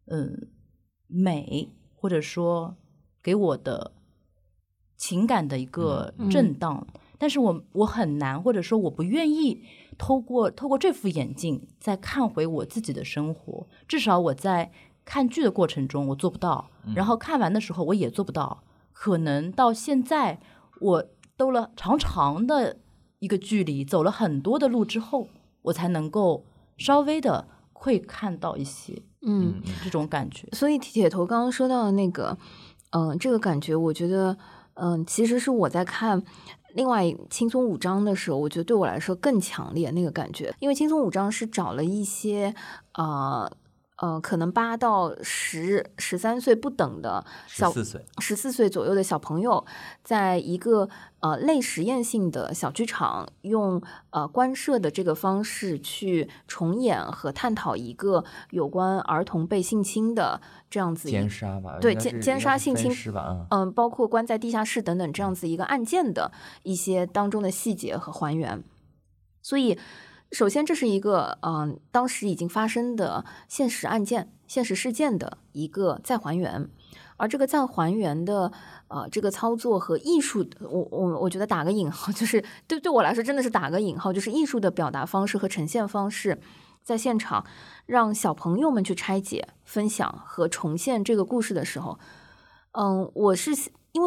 美，或者说给我的情感的一个震荡，但是我很难，或者说我不愿意透过这副眼镜再看回我自己的生活，至少我在看剧的过程中我做不到，然后看完的时候我也做不到，可能到现在我兜了长长的一个距离，走了很多的路之后，我才能够稍微的会看到一些这种感觉。 所以铁头刚刚说到的那个这个感觉，我觉得其实是我在看另外轻松5章的时候，我觉得对我来说更强烈那个感觉。因为轻松5章是找了一些可能8到13岁不等的14岁左右的小朋友，在一个类实验性的小剧场，用观摄的这个方式去重演和探讨一个有关儿童被性侵的这样子奸杀吧， 对，奸杀性侵包括关在地下室等等这样子一个案件的一些当中的细节和还原。所以首先这是一个当时已经发生的现实案件、现实事件的一个再还原，而这个再还原的这个操作和艺术，我觉得打个引号，就是对我来说真的是打个引号，就是艺术的表达方式和呈现方式，在现场让小朋友们去拆解、分享和重现这个故事的时候，我是因为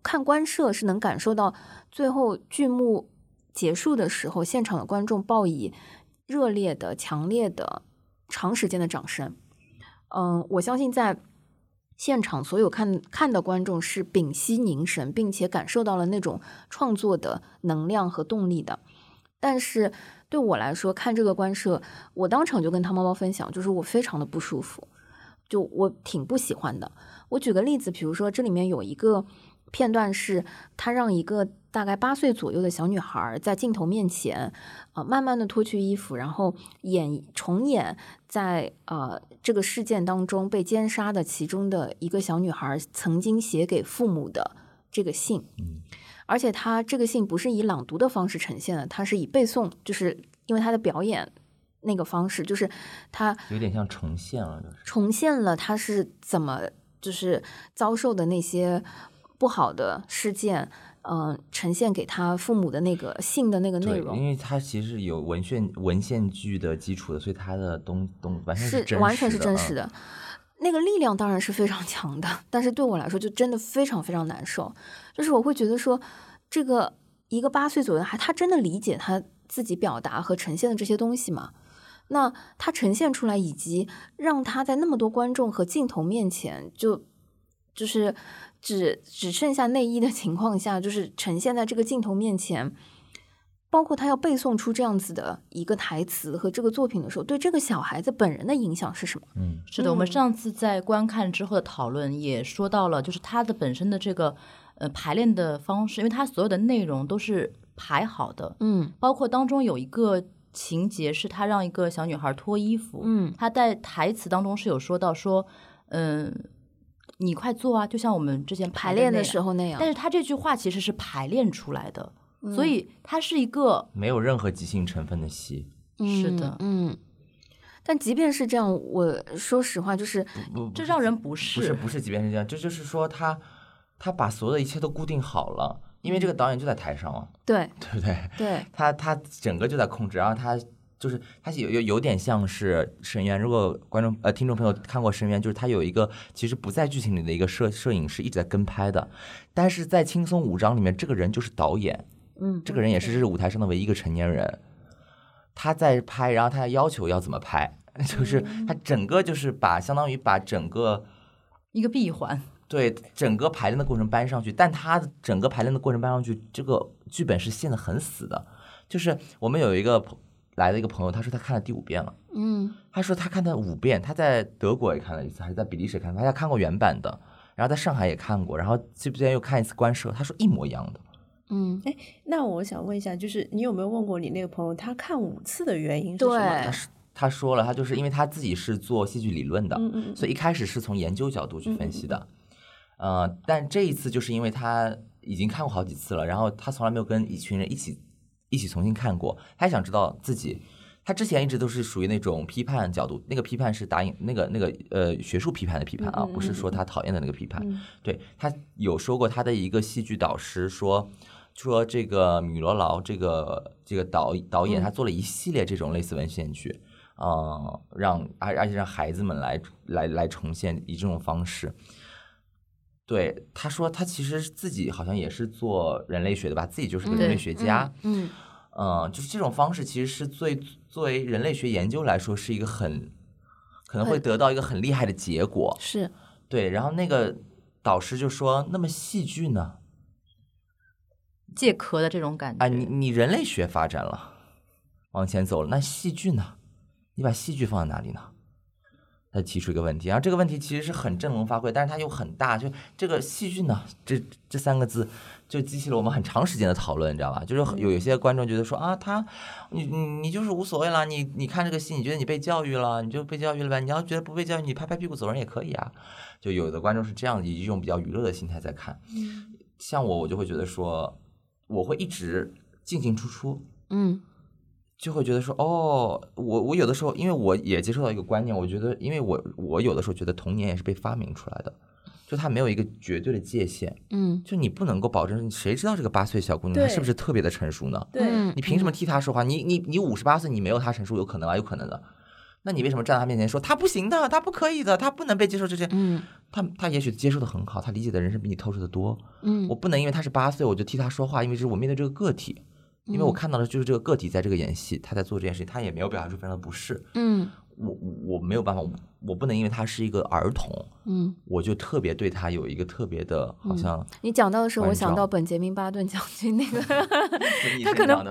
看官摄是能感受到最后剧目结束的时候，现场的观众报以热烈的、强烈的、长时间的掌声。我相信在现场所有看的观众是屏息凝神，并且感受到了那种创作的能量和动力的。但是对我来说，看这个官摄，我当场就跟汤猫猫分享，就是我非常的不舒服，就我挺不喜欢的。我举个例子，比如说这里面有一个片段是他让一个大概8岁左右的小女孩在镜头面前慢慢的脱去衣服，然后重演在这个事件当中被奸杀的其中的一个小女孩曾经写给父母的这个信。而且他这个信不是以朗读的方式呈现的，他是以背诵，就是因为他的表演那个方式，就是他有点像重现了， 重现了他是怎么就是遭受的那些不好的事件，呈现给他父母的那个信的那个内容。 因为他其实有文献剧的基础的，所以他的东完全是真实的。那个力量当然是非常强的，但是对我来说就真的非常非常难受。就是我会觉得说，这个一个8岁左右的孩子，他真的理解他自己表达和呈现的这些东西吗？那他呈现出来，以及让他在那么多观众和镜头面前，就是只剩下内衣的情况下，就是呈现在这个镜头面前，包括他要背诵出这样子的一个台词和这个作品的时候，对这个小孩子本人的影响是什么？ 是的，我们上次在观看之后的讨论也说到了，就是他的本身的这个排练的方式，因为他所有的内容都是排好的，包括当中有一个情节是他让一个小女孩脱衣服，他在台词当中是有说到说，你快做啊，就像我们之前排练的时候那样。 但是他这句话其实是排练出来的，所以它是一个没有任何即兴成分的戏。 是的， 但即便是这样，我说实话，就是这让人不适。 不是，即便是这样，这就是说他把所有的一切都固定好了，因为这个导演就在台上嘛， 对不对？ 对， 他整个就在控制，然后他有点像是深渊。如果听众朋友看过深渊，就是他有一个其实不在剧情里的一个摄影师一直在跟拍的，但是在轻松5章里面，这个人就是导演，这个人也是舞台上的唯一一个成年人，他在拍，然后他要求要怎么拍，就是他整个就是相当于把整个一个闭环。 对整个排练的过程搬上去，但他整个排练的过程搬上去，这个剧本是陷得很死的。就是我们有一个来的一个朋友，他说他看了第5遍了，他说他看了5遍，他在德国也看了一次，还是在比利时也看了，他看过原版的，然后在上海也看过，然后这边又看一次官摄，他说一模一样的。 那我想问一下，就是你有没有问过你那个朋友，他看5次的原因是什么？ 他说了，他就是因为他自己是做戏剧理论的，所以一开始是从研究角度去分析的。但这一次就是因为他已经看过好几次了，然后他从来没有跟一群人一起重新看过，他也想知道自己。他之前一直都是属于那种批判角度，那个批判是那个学术批判的批判啊，不是说他讨厌的那个批判。对，他有说过他的一个戏剧导师说这个米罗劳这个导演他做了一系列这种类似文献剧，而且让孩子们来重现以这种方式。对，他说他其实自己好像也是做人类学的吧，自己就是个人类学家。就是这种方式其实是作为人类学研究来说是一个可能会得到一个很厉害的结果。 是， 对。然后那个导师就说，那么戏剧呢？ 借壳的这种感觉。 你人类学发展了，往前走了，那戏剧呢？你把戏剧放在哪里呢？他提出一个问题，然后这个问题其实是很振聋发聩，但是它又很大，就这个戏剧呢，这3个字就激起了我们很长时间的讨论，你知道吧？就是有些观众觉得说啊，你就是无所谓啦，你看这个戏，你觉得你被教育了，你就被教育了呗，你要觉得不被教育，你拍拍屁股走人也可以啊。就有的观众是这样以一种比较娱乐的心态在看，像我就会觉得说，我会一直进进出出，就会觉得说，我有的时候，因为我也接受到一个观念，我觉得，因为我有的时候觉得童年也是被发明出来的，就它没有一个绝对的界限，就你不能够保证，谁知道这个8岁小姑娘她是不是特别的成熟呢？ 对， 你凭什么替她说话？你58岁，你没有她成熟，有可能啊，有可能的。 那你为什么站在他面前说他不行的，他不可以的，他不能被接受这些？他也许接受的很好，他理解的人生比你透彻的多。我不能因为他是8岁我就替他说话，因为这是我面对这个个体，因为我看到的就是这个个体在这个演戏，他在做这件事情，他也没有表达出非常的不适。我没有办法，我不能因为他是一个儿童，我就特别对他有一个特别的，好像你讲到的时候，我想到本杰明·巴顿将军那个，他可能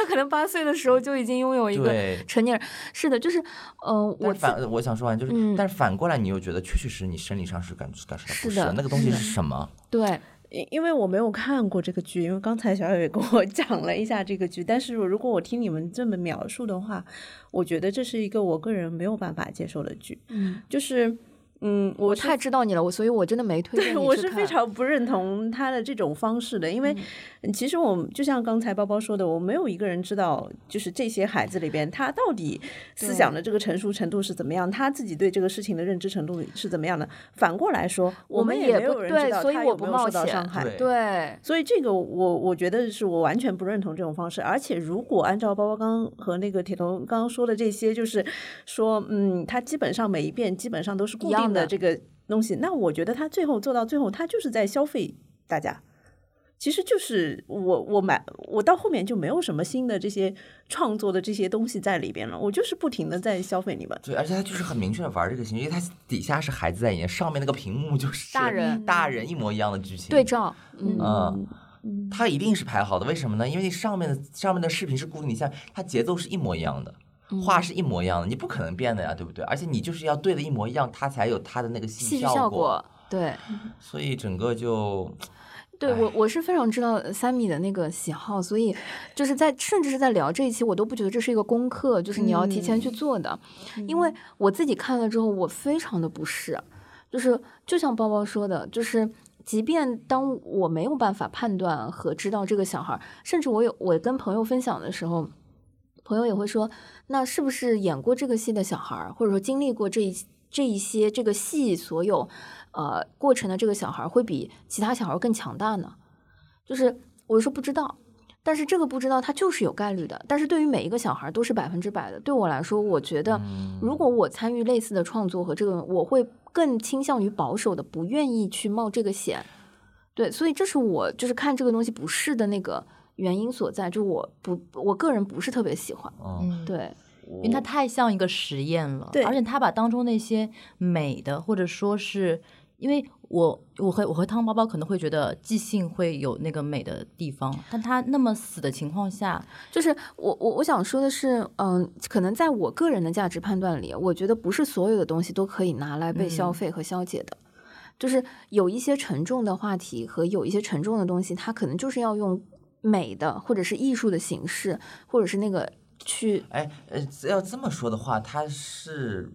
8岁的时候就已经拥有一个成年人。是的，就是我想说完就是，但是反过来你又觉得确实你生理上是感受到不适，那个东西是什么？ 对。 因为我没有看过这个剧，因为刚才小友也跟我讲了一下这个剧，但是如果我听你们这么描述的话，我觉得这是一个我个人没有办法接受的剧。就是我太知道你了，所以我真的没推荐你去看。 我是非常不认同他的这种方式的，因为其实我就像刚才包包说的，我没有一个人知道就是这些孩子里边他到底思想的这个成熟程度是怎么样，他自己对这个事情的认知程度是怎么样的。反过来说，我们也没有人知道他有没有受到伤害。 对， 所以这个我觉得是我完全不认同这种方式。而且如果按照包包刚和那个铁头刚刚说的这些，就是说他基本上每一遍基本上都是固定的这个东西，那我觉得他最后做到最后，他就是在消费大家。其实就是我到后面就没有什么新的这些创作的这些东西在里边了，我就是不停的在消费你们。 对，而且他就是很明确的玩这个行为，因为他底下是孩子在演，上面那个屏幕就是大人一模一样的剧情对照。 他一定是排好的，为什么呢？因为上面的视频是固定，你像它节奏是一模一样的。话是一模一样的，你不可能变的呀，对不对？而且你就是要对的一模一样，它才有它的那个戏剧效果。 对， 所以整个就， 对我是非常知道Sammy的那个喜好，所以就是甚至是在聊这一期，我都不觉得这是一个功课，就是你要提前去做的。因为我自己看了之后，我非常的不适，就像包包说的，就是即便当我没有办法判断和知道这个小孩，甚至我跟朋友分享的时候。朋友也会说，那是不是演过这个戏的小孩，或者说经历过这一些这个戏所有过程的这个小孩，会比其他小孩更强大呢？就是我说不知道，但是这个不知道它就是有概率的。但是对于每一个小孩都是100%的。对我来说，我觉得如果我参与类似的创作和这个，我会更倾向于保守的，不愿意去冒这个险。对，所以这是我就是看这个东西不是的那个原因所在，就我个人不是特别喜欢。对， 因为它太像一个实验了， 对， 而且它把当中那些美的，或者说是因为我和汤包包可能会觉得即兴会有那个美的地方，但它那么死的情况下， 就是我想说的是，可能在我个人的价值判断里，我觉得不是所有的东西都可以拿来被消费和消解的。就是有一些沉重的话题和有一些沉重的东西，它可能就是要用美的或者是艺术的形式，或者是那个去要这么说的话，它是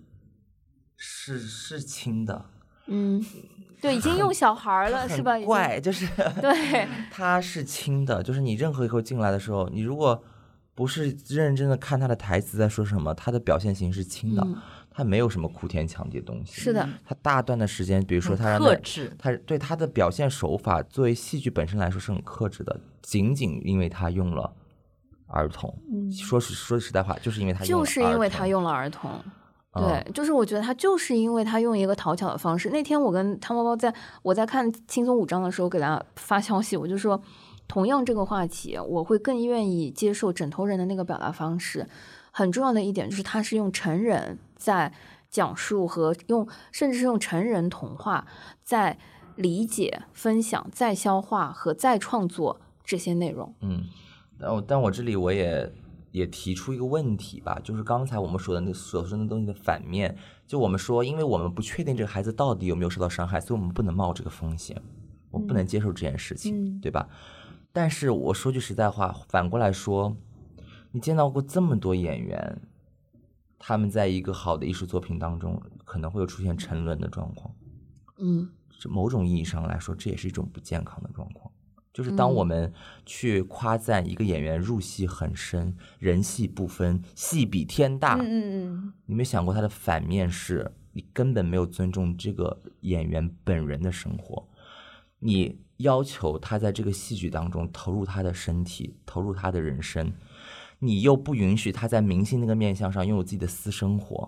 轻的。 对，已经用小孩了是吧？ 怪就是对， 它是轻的，就是你任何一口进来的时候，你如果不是认真的看他的台词在说什么，他的表现形式轻的。他没有什么哭天抢地的东西， 是的。 他大段的时间，比如说他让克制， 他对他的表现手法，作为戏剧本身来说是很克制的，仅因为他用了儿童。说实在话，就是因为他用了儿童。对，就是我觉得他就是因为他用一个讨巧的方式。那天我跟汤包包我在看《轻松5章》的时候给他发消息，我就说，同样这个话题，我会更愿意接受枕头人的那个表达方式。很重要的一点就是他是用成人在讲述和甚至是用成人童话在理解、分享、再消化和再创作这些内容。 但我这里我也提出一个问题吧，就是刚才我们说的所说的东西的反面，就我们说，因为我们不确定这个孩子到底有没有受到伤害，所以我们不能冒这个风险，我不能接受这件事情，对吧？但是我说句实在话，反过来说，你见到过这么多演员，他们在一个好的艺术作品当中可能会有出现沉沦的状况。某种意义上来说，这也是一种不健康的状况。就是当我们去夸赞一个演员入戏很深，人戏不分，戏比天大，你没想过他的反面是你根本没有尊重这个演员本人的生活，你要求他在这个戏剧当中投入他的身体，投入他的人生，你又不允许他在明星那个面向上拥有自己的私生活，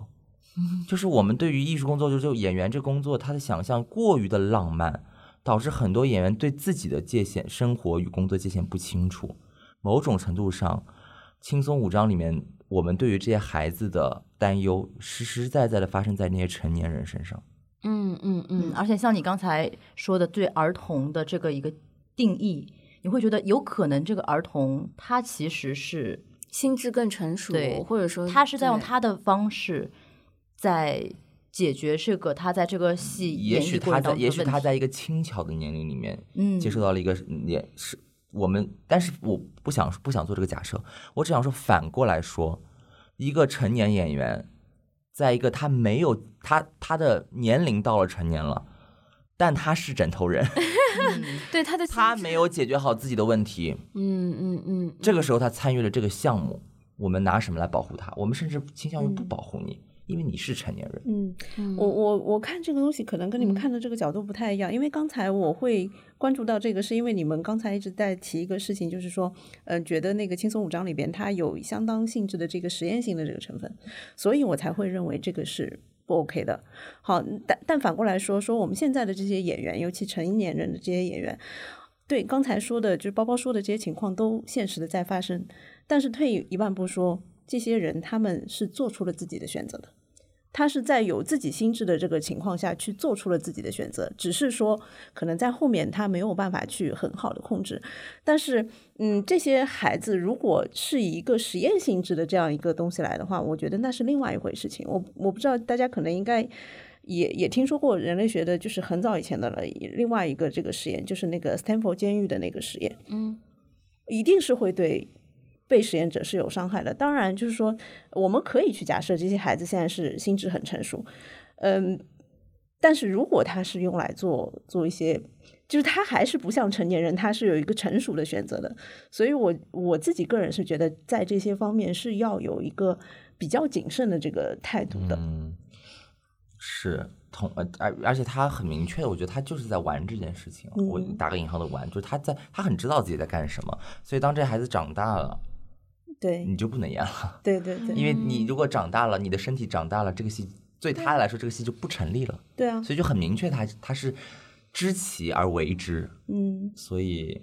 就是我们对于艺术工作，就演员这工作，他的想象过于的浪漫，导致很多演员对自己的界限，生活与工作界限不清楚。某种程度上，轻松5章里面，我们对于这些孩子的担忧，实实在在的发生在那些成年人身上。 而且像你刚才说的，对儿童的这个一个定义，你会觉得有可能这个儿童他其实是心智更成熟，或者说他是在用他的方式在解决这个他在这个戏演绎过程当中的问题。 也许他在一个轻巧的年龄里面，接受到了一个也是我们，但是我不想做这个假设，我只想说反过来说，一个成年演员，在一个他没有他的年龄到了成年了，但他是枕头人。 对他没有解决好自己的问题，这个时候他参与了这个项目，我们拿什么来保护他？我们甚至倾向于不保护你，因为你是成年人。 我看这个东西可能跟你们看的这个角度不太一样，因为刚才我会关注到这个，是因为你们刚才一直在提一个事情，就是说，觉得那个轻松5章里边它有相当性质的这个实验性的这个成分，所以我才会认为这个是不 OK 的。好，但反过来说我们现在的这些演员，尤其成年人的这些演员，对刚才说的，就是包包说的这些情况都现实的在发生，但是退一万步说，这些人他们是做出了自己的选择的，他是在有自己心智的这个情况下去做出了自己的选择，只是说可能在后面他没有办法去很好的控制。但是这些孩子如果是以一个实验性质的这样一个东西来的话，我觉得那是另外一回事情。我不知道大家可能应该也听说过人类学的，就是很早以前的了，另外一个这个实验，就是那个斯坦福监狱的那个实验，一定是会对被实验者是有伤害的。当然就是说我们可以去假设这些孩子现在是心智很成熟，但是如果他是用来做一些，就是他还是不像成年人，他是有一个成熟的选择的。所以我自己个人是觉得在这些方面是要有一个比较谨慎的这个态度的。 是而且他很明确的，我觉得他就是在玩这件事情，我打个引号的玩，就是他很知道自己在干什么，所以当这孩子长大了， 对， 你就不能演了。 对， 因为你如果长大了，你的身体长大了，这个戏对他来说这个戏就不成立了。 对啊， 所以就很明确他是知其而为之。所以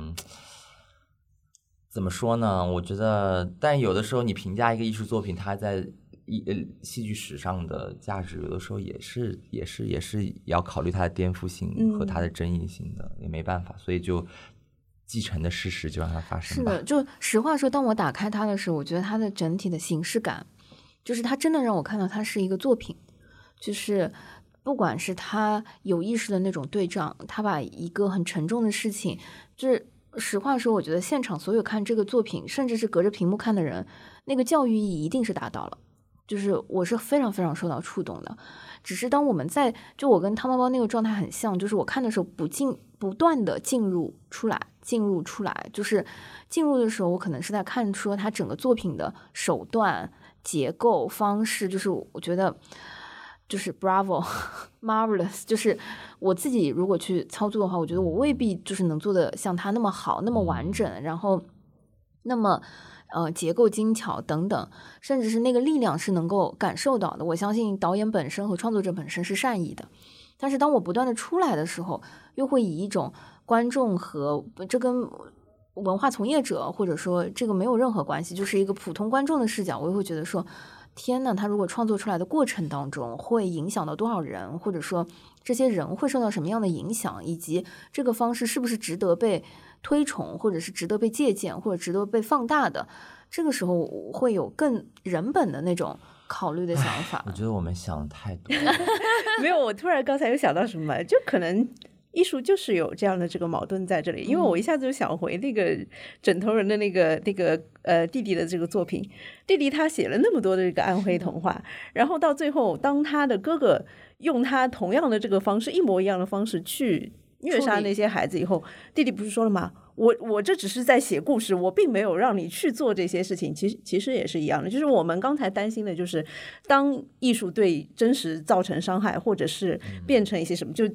怎么说呢，我觉得但有的时候你评价一个艺术作品它在戏剧史上的价值，有的时候也是要考虑它的颠覆性和它的争议性的，也没办法，所以就继承的事实就让它发生吧。 是的，就实话说，当我打开它的时候，我觉得它的整体的形式感，就是它真的让我看到它是一个作品，就是不管是他有意识的那种对仗，他把一个很沉重的事情，就是实话说，我觉得现场所有看这个作品，甚至是隔着屏幕看的人，那个教育意义一定是达到了。就是我是非常非常受到触动的，只是当我们就我跟汤包包那个状态很像，就是我看的时候不断的进入出来，就是进入的时候，我可能是在看说他整个作品的手段、结构、方式，就是我觉得就是 bravo marvelous， 就是我自己如果去操作的话，我觉得我未必就是能做的像他那么好，那么完整，然后那么结构精巧等等，甚至是那个力量是能够感受到的。我相信导演本身和创作者本身是善意的，但是当我不断的出来的时候，又会以一种观众和这跟文化从业者或者说这个没有任何关系，就是一个普通观众的视角，我也会觉得说天哪，他如果创作出来的过程当中会影响到多少人，或者说这些人会受到什么样的影响，以及这个方式是不是值得被推崇，或者是值得被借鉴，或者值得被放大的，这个时候我会有更人本的那种考虑的想法。 我觉得我们想的太多没有，我突然刚才又想到什么，就可能艺术就是有这样的这个矛盾在这里。因为我一下子就想回那个枕头人的那个弟弟的这个作品，弟弟他写了那么多的这个暗黑童话，然后到最后当他的哥哥用他同样的这个方式，一模一样的方式去虐杀那些孩子以后，弟弟不是说了吗？我这只是在写故事，我并没有让你去做这些事情。其实也是一样的，就是我们刚才担心的，就是当艺术对真实造成伤害，或者是变成一些什么，就是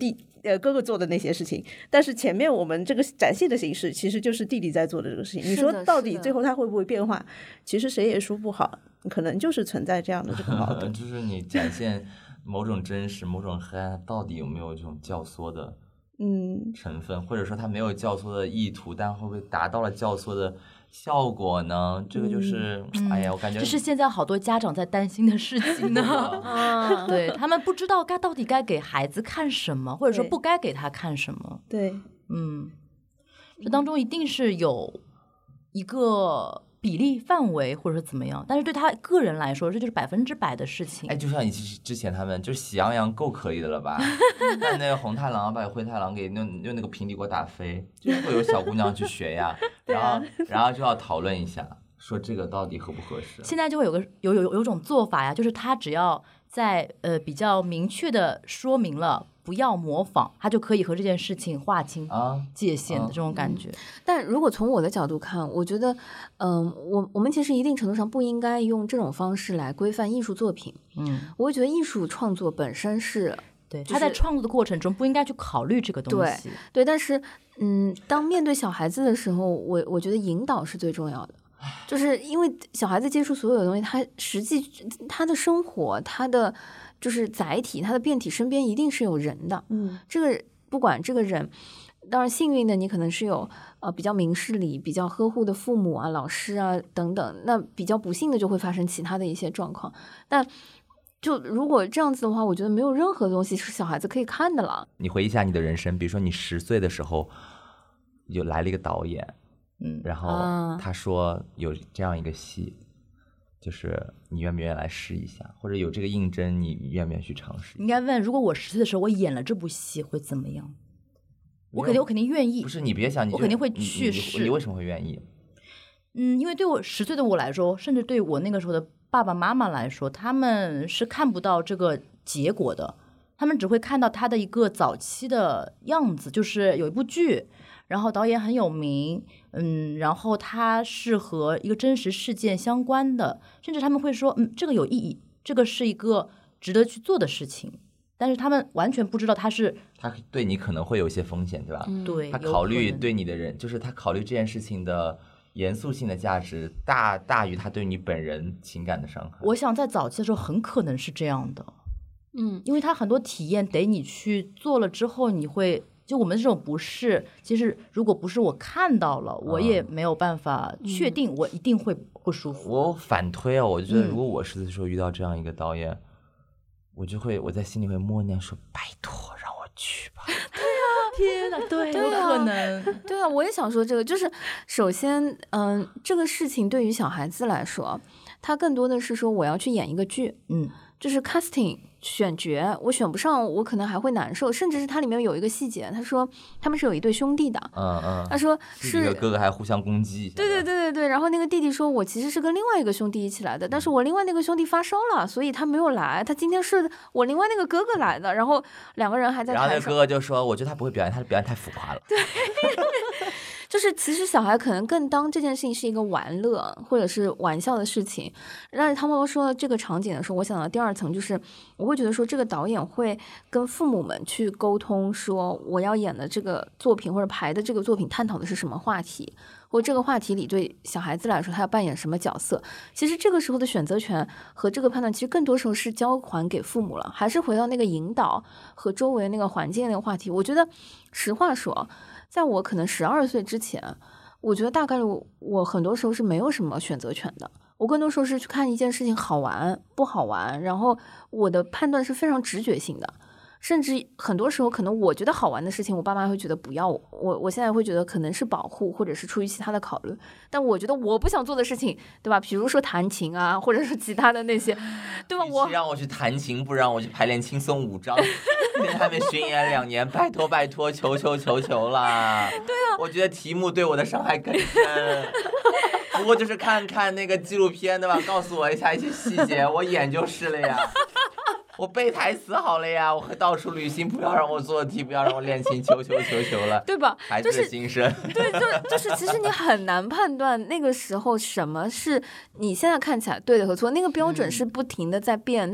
哥哥做的那些事情，但是前面我们这个展现的形式其实就是弟弟在做的这个事情。你说到底最后他会不会变化，其实谁也说不好，可能就是存在这样的这个矛盾。 就是你展现某种真实某种黑暗到底有没有这种教唆的成分，或者说他没有教唆的意图，但会不会达到了教唆的效果呢？这个就是哎呀，我感觉这是现在好多家长在担心的事情呢。对，他们不知道到底该给孩子看什么，或者说不该给他看什么。 对， 这当中一定是有一个比例范围或者说怎么样，但是对他个人来说这就是100%的事情。 哎，就像你之前他们就是喜羊羊够可以的了吧？但那个红太狼把灰太狼给用那个平底锅打飞，就是会有小姑娘去学呀，然后就要讨论一下，说这个到底合不合适。 现在就会有种做法呀，就是他只要在比较明确的说明了不要模仿，他就可以和这件事情划清界限的这种感觉。 但如果从我的角度看，我觉得我们其实一定程度上不应该用这种方式来规范艺术作品。我会觉得艺术创作本身是对，他在创作的过程中不应该去考虑这个东西。 对，但是当面对小孩子的时候，我觉得引导是最重要的。就是因为小孩子接触所有的东西，他实际他的生活，他的就是载体，他的变体身边一定是有人的。这个不管这个人，当然幸运的你可能是有比较明事理、比较呵护的父母啊、老师啊等等，那比较不幸的就会发生其他的一些状况。但就如果这样子的话，我觉得没有任何东西是小孩子可以看的了。 你回忆一下你的人生，比如说你10岁的时候，就来了一个导演。然后他说有这样一个戏，就是你愿不愿意来试一下，或者有这个应征，你愿不愿意去尝试？ 应该问，如果我10岁的时候我演了这部戏会怎么样？我肯定愿意。 不是，你别想， 我肯定会去试。 你为什么会愿意？ 因为对我10岁的我来说，甚至对我那个时候的爸爸妈妈来说，他们是看不到这个结果的，他们只会看到他的一个早期的样子，就是有一部剧。然后导演很有名，然后他是和一个真实事件相关的，甚至他们会说，这个有意义，这个是一个值得去做的事情，但是他们完全不知道他对你可能会有一些风险，对吧？ 对， 他考虑对你的人，就是他考虑这件事情的严肃性的价值大于他对你本人情感的伤害。 我想在早期的时候很可能是这样的，因为他很多体验得你去做了之后，你会。就我们这种不是，其实如果不是我看到了，我也没有办法确定我一定会不舒服。 我反推我就觉得如果我10岁的时候遇到这样一个导演，我在心里会默念说拜托让我去吧。 对啊，天哪，对，有可能。 对啊，我也想说这个，就是首先这个事情对于小孩子来说，他更多的是说我要去演一个剧，就是 casting 选角，我选不上，我可能还会难受。甚至是它里面有一个细节，他说他们是有一对兄弟的，他说是哥哥还互相攻击一下， 对，然后那个弟弟说我其实是跟另外一个兄弟一起来的，但是我另外那个兄弟发烧了，所以他没有来，他今天是我另外那个哥哥来的，然后2个人还在台上， 然后那个哥哥就说我觉得他不会表演，他的表演太浮夸了。 对就是其实小孩可能更当这件事情是一个玩乐或者是玩笑的事情。但是他们说这个场景的时候，我想到第2层就是我会觉得说这个导演会跟父母们去沟通，说我要演的这个作品或者排的这个作品探讨的是什么话题，或这个话题里对小孩子来说他要扮演什么角色。其实这个时候的选择权和这个判断其实更多时候是交还给父母了，还是回到那个引导和周围那个环境那个话题。我觉得实话说，在我可能12岁之前，我觉得大概率我很多时候是没有什么选择权的，我更多时候是去看一件事情好玩不好玩，然后我的判断是非常直觉性的，甚至很多时候可能我觉得好玩的事情我爸妈会觉得不要我现在会觉得可能是保护或者是出于其他的考虑，但我觉得我不想做的事情，对吧？比如说弹琴啊，或者是其他的那些，对吧？ 我让我去弹琴，不让我去排练轻松5章你还没巡演2年，拜托求啦。 对啊， 我觉得题目对我的伤害更深不过就是看看那个纪录片对吧，告诉我一下一些细节，我演就是了呀我背台词好了呀，我会到处旅行，不要让我做题，不要让我练琴，求了， 对吧？ 孩子的心声， 对，就是其实你很难判断那个时候什么是你现在看起来对的和错，那个标准是不停的在变，那个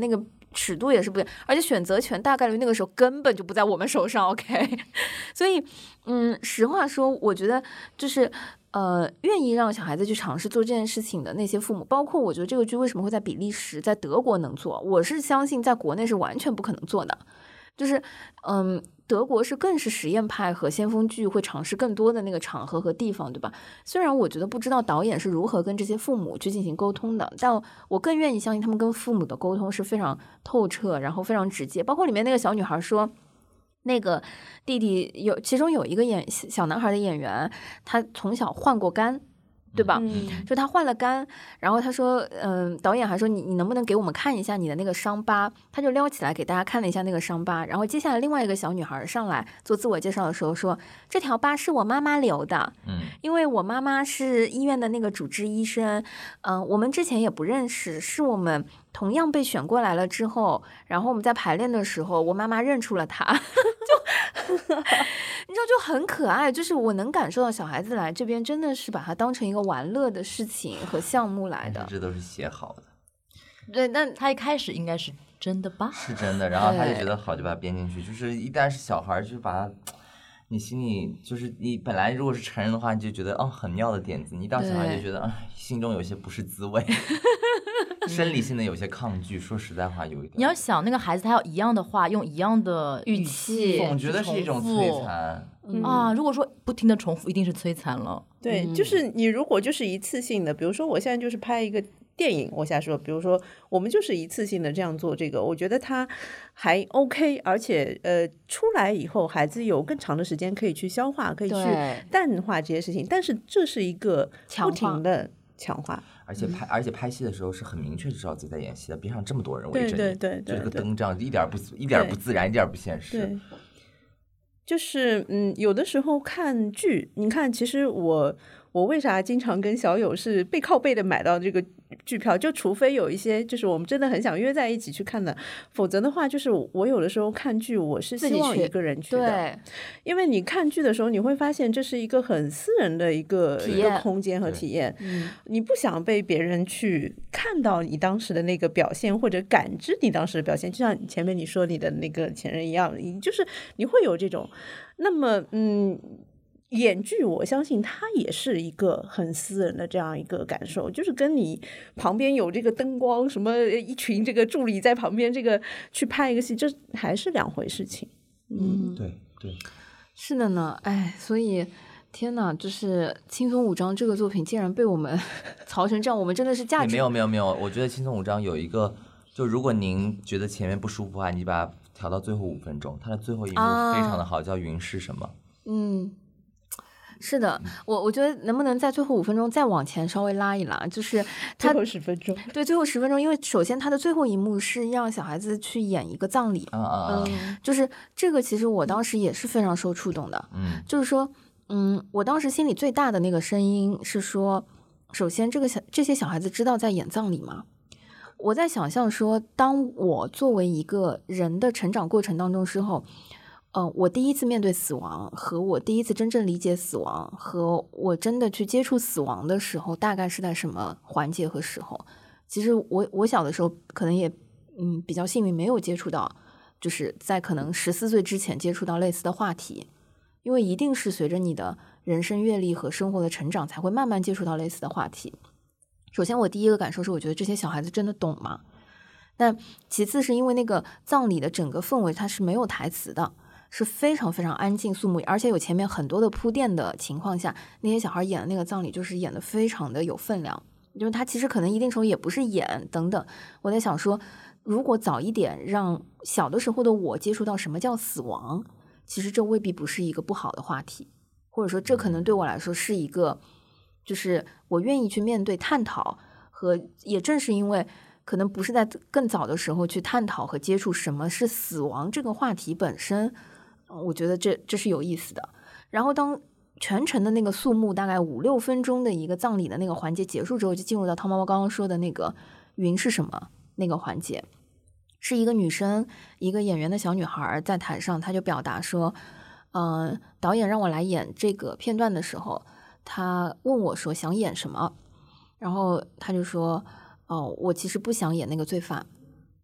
尺度也是不一样，而且选择权大概率那个时候根本就不在我们手上 ，OK？ 所以实话说，我觉得就是愿意让小孩子去尝试做这件事情的那些父母，包括我觉得这个剧为什么会在比利时、在德国能做，我是相信在国内是完全不可能做的。就是德国是更是实验派和先锋剧会尝试更多的那个场合和地方，对吧？虽然我觉得不知道导演是如何跟这些父母去进行沟通的，但我更愿意相信他们跟父母的沟通是非常透彻，然后非常直接。包括里面那个小女孩说，那个弟弟其中有一个小男孩的演员，他从小患过肝。对吧？就他患了肝，然后他说，导演还说你能不能给我们看一下你的那个伤疤？他就撩起来给大家看了一下那个伤疤。然后接下来另外一个小女孩上来做自我介绍的时候说，这条疤是我妈妈留的，因为我妈妈是医院的那个主治医生，我们之前也不认识，是我们同样被选过来了之后，然后我们在排练的时候，我妈妈认出了她，就你知道就很可爱，就是我能感受到小孩子来这边真的是把它当成一个玩乐的事情和项目来的， 这都是写好的。 对，那他一开始应该是真的吧？ 是真的，然后他就觉得好，就把它编进去。就是一旦是小孩，就把它，你心里就是你本来如果是成人的话，你就觉得很妙的点子，你到小孩就觉得心中有些不是滋味。生理性的有些抗拒，说实在话有一点。 你要想那个孩子，他要一样的话，用一样的语气， 总觉得是一种摧残啊。如果说不停的重复，一定是摧残了。 对，就是你如果就是一次性的，比如说我现在就是拍一个电影，我瞎说，比如说我们就是一次性的这样做这个，我觉得它还 OK， 而且出来以后孩子有更长的时间可以去消化，可以去淡化这些事情，但是这是一个不停的强化。 而且拍戏的时候是很明确知道自己在演戏的，边上这么多人围着你， 对， 就这个灯这样一点不自然，一点不现实。 对，就是有的时候看剧，你看，其实我为啥经常跟小友是背靠背的买到这个剧票，就除非有一些就是我们真的很想约在一起去看的，否则的话就是我有的时候看剧我是希望一个人去的。 对， 因为你看剧的时候你会发现这是一个很私人的一个空间和体验，你不想被别人去看到你当时的那个表现或者感知你当时的表现，就像前面你说你的那个前任一样，就是你会有这种。那么演剧我相信它也是一个很私人的这样一个感受，就是跟你旁边有这个灯光什么一群这个助理在旁边这个去拍一个戏，这还是两回事情。 对， 是的呢。所以天哪，就是轻松5章这个作品竟然被我们曹成这样，我们真的是价值没有，我觉得轻松5章有一个，就如果您觉得前面不舒服的话，你把它调到最后5分钟，它的最后一幕非常的好，叫云是什么？ 是的，我觉得能不能在最后5分钟再往前稍微拉一拉，就是最后10分钟。 对，最后10分钟，因为首先他的最后一幕是让小孩子去演一个葬礼，就是这个其实我当时也是非常受触动的，就是说，我当时心里最大的那个声音是说，首先这些小孩子知道在演葬礼吗？我在想象说，当我作为一个人的成长过程当中之后，我第一次面对死亡和我第一次真正理解死亡和我真的去接触死亡的时候，大概是在什么环节和时候？其实我小的时候可能也比较幸运，没有接触到，就是在可能14岁之前接触到类似的话题，因为一定是随着你的人生阅历和生活的成长，才会慢慢接触到类似的话题。首先我第一个感受是，我觉得这些小孩子真的懂吗？但其次是因为那个葬礼的整个氛围它是没有台词的，是非常非常安静肃穆，而且有前面很多的铺垫的情况下，那些小孩演的那个葬礼就是演的非常的有分量，就是他其实可能一定时候也不是演等等。我在想说，如果早一点让小的时候的我接触到什么叫死亡，其实这未必不是一个不好的话题，或者说这可能对我来说是一个就是我愿意去面对探讨，和也正是因为可能不是在更早的时候去探讨和接触什么是死亡这个话题本身，我觉得这是有意思的。然后当全程的那个肃穆大概5-6分钟的一个葬礼的那个环节结束之后，就进入到汤猫猫刚刚说的那个云是什么那个环节，是一个女生，一个演员的小女孩在台上，她就表达说导演让我来演这个片段的时候，他问我说想演什么，然后他就说我其实不想演那个罪犯，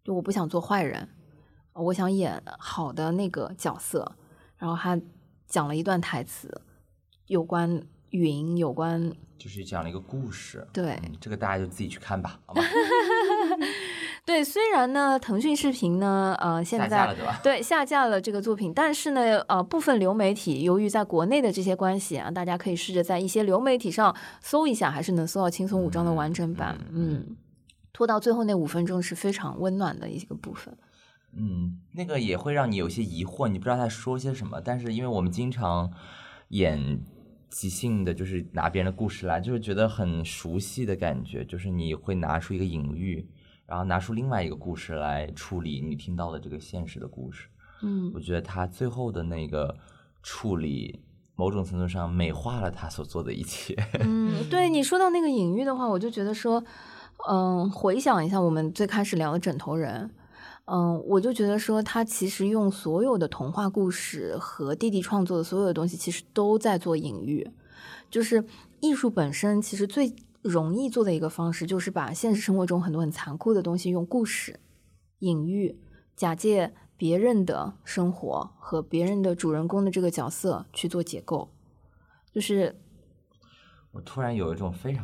就我不想做坏人，我想演好的那个角色。然后他讲了一段台词，有关云，有关就是讲了一个故事。 对， 这个大家就自己去看吧，好吗？ 对，虽然呢，腾讯视频呢，现在下架了对吧？ 对，下架了这个作品，但是呢，部分流媒体由于在国内的这些关系啊，大家可以试着在一些流媒体上搜一下，还是能搜到轻松5章的完整版。拖到最后那5分钟是非常温暖的一个部分。 那个也会让你有些疑惑，你不知道他说些什么，但是因为我们经常演即兴的，就是拿别人的故事来，就是觉得很熟悉的感觉，就是你会拿出一个隐喻，然后拿出另外一个故事来处理你听到的这个现实的故事。我觉得他最后的那个处理，某种程度上美化了他所做的一切。 对，你说到那个隐喻的话，我就觉得说，回想一下我们最开始聊的枕头人，我就觉得说他其实用所有的童话故事和弟弟创作的所有的东西，其实都在做隐喻。就是艺术本身其实最容易做的一个方式，就是把现实生活中很多很残酷的东西用故事隐喻，假借别人的生活和别人的主人公的这个角色去做解构。就是我突然有一种非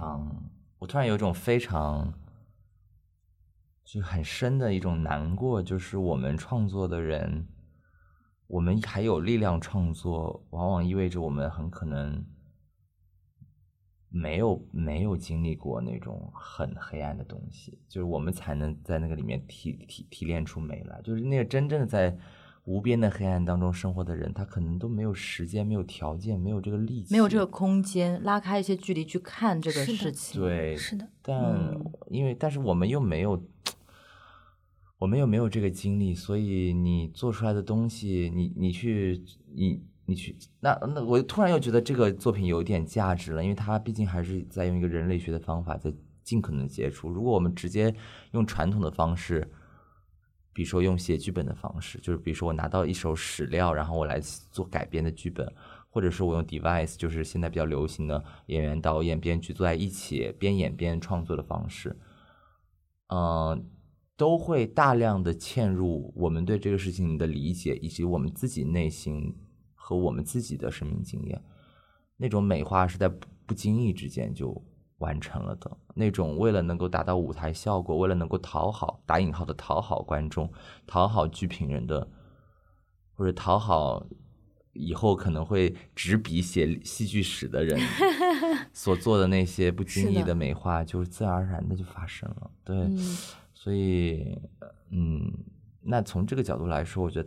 常就很深的一种难过，就是我们创作的人，我们还有力量创作，往往意味着我们很可能没有经历过那种很黑暗的东西，就是我们才能在那个里面提炼出美来。就是那个真正的在无边的黑暗当中生活的人，他可能都没有时间，没有条件，没有这个力气， 没有这个空间拉开一些距离去看这个事情。 对， 是的。 但是我们又没有这个经历，所以你做出来的东西，你去，那我突然又觉得这个作品有一点价值了，因为它毕竟还是在用一个人类学的方法在尽可能接触。如果我们直接用传统的方式，比如说用写剧本的方式，就是比如说我拿到一手史料，然后我来做改编的剧本，或者是我用 device， 就是现在比较流行的演员、导演、编剧坐在一起边演边创作的方式，都会大量的嵌入我们对这个事情的理解，以及我们自己内心和我们自己的生命经验。那种美化是在不经意之间就完成了的，那种为了能够达到舞台效果，为了能够讨好打引号的讨好观众，讨好剧评人的，或者讨好以后可能会执笔写戏剧史的人所做的那些不经意的美化，就自然而然的就发生了。对，所以那从这个角度来说，我觉得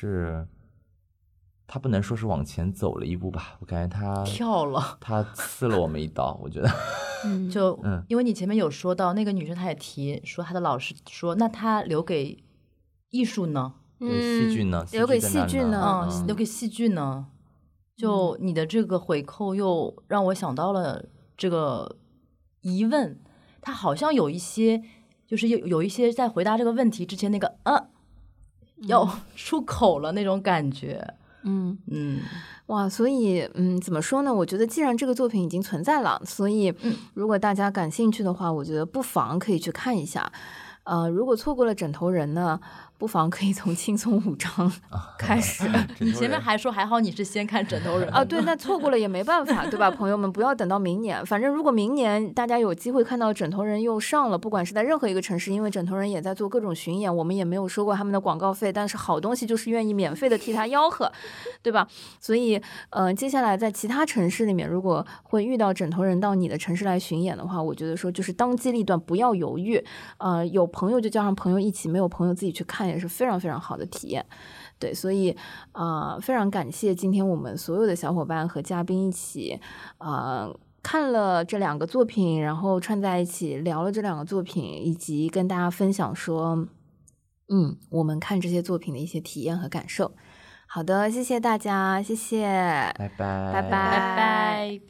他不能说是往前走了一步吧，我感觉他跳了， 他刺了我们一刀，我觉得。 因为你前面有说到那个女生，她也提说她的老师说，那她留给艺术呢？ 戏剧呢？ 留给戏剧呢？ 留给戏剧呢？就你的这个回扣又让我想到了这个疑问，他好像有一些，就是有一些在回答这个问题之前那个要出口了那种感觉。 哇，所以怎么说呢？我觉得既然这个作品已经存在了，所以如果大家感兴趣的话，我觉得不妨可以去看一下。如果错过了枕头人呢，不妨可以从轻松5章开始。 你前面还说还好你是先看枕头人啊，对，那错过了也没办法，对吧？朋友们不要等到明年，反正如果明年大家有机会看到枕头人又上了，不管是在任何一个城市，因为枕头人也在做各种巡演，我们也没有收过他们的广告费，但是好东西就是愿意免费的替他吆喝，对吧？所以接下来在其他城市里面，如果会遇到枕头人到你的城市来巡演的话，我觉得说就是当机立断，不要犹豫，有朋友就叫上朋友一起，没有朋友自己去看也是非常非常好的体验。对，所以非常感谢今天我们所有的小伙伴和嘉宾一起看了这2个作品，然后串在一起聊了这2个作品，以及跟大家分享说我们看这些作品的一些体验和感受。好的，谢谢大家，谢谢， 拜拜， 拜拜， 拜拜。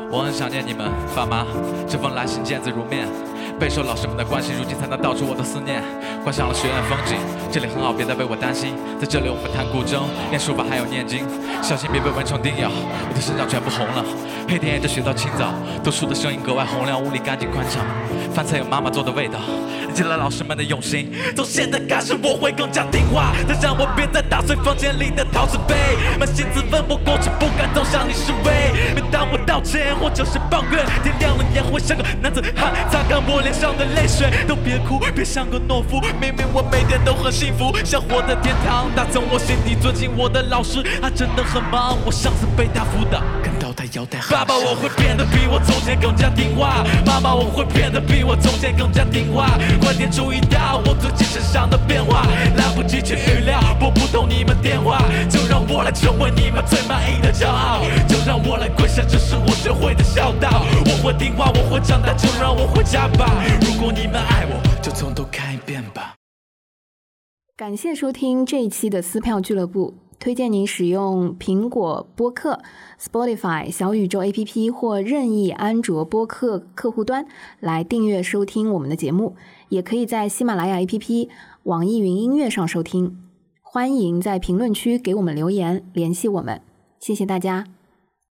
我很想念你们，爸妈。这封来信见字如面，备受老师们的关心，如今才能道出我的思念。观赏了学院风景，这里很好，别再为我担心。在这里我们谈古筝，练书法还有念经，小心别被蚊虫叮咬。我的身上全部红了，黑天夜的雪到清早，读书的声音格外洪亮，屋里干净宽敞，饭菜有妈妈做的味道。记了老师们的用心，从现在开始我会更加听话，再让我别再打碎房间里的陶瓷杯，扪心自问我过去不敢走向你示威。每当我道歉或者是抱怨，天亮了也会像个男子汉擦干我脸上的泪水。都别哭，别像个懦夫，明明我每天都很幸福，想活的天堂打从我心底尊敬我的老师，他真的很忙，我上次被他辅导，感到他腰带。爸爸，我会变得比我从前更加听话，妈妈，我会变得比我从前更加听话。快点注意到我最近身上的变化，来不及去预料，拨不动你们电话，就让我来成为你们最满意的骄傲，就让我来跪下，这是我学会的孝道。我会听话，我会长大，就让我回家吧。如果你们爱我，就从头看一遍吧。 感谢收听这一期的撕票俱乐部，推荐您使用苹果播客、Spotify、小宇宙 APP 或任意安卓播客客户端来订阅收听我们的节目，也可以在喜马拉雅 APP、网易云音乐上收听。欢迎在评论区给我们留言，联系我们。谢谢大家。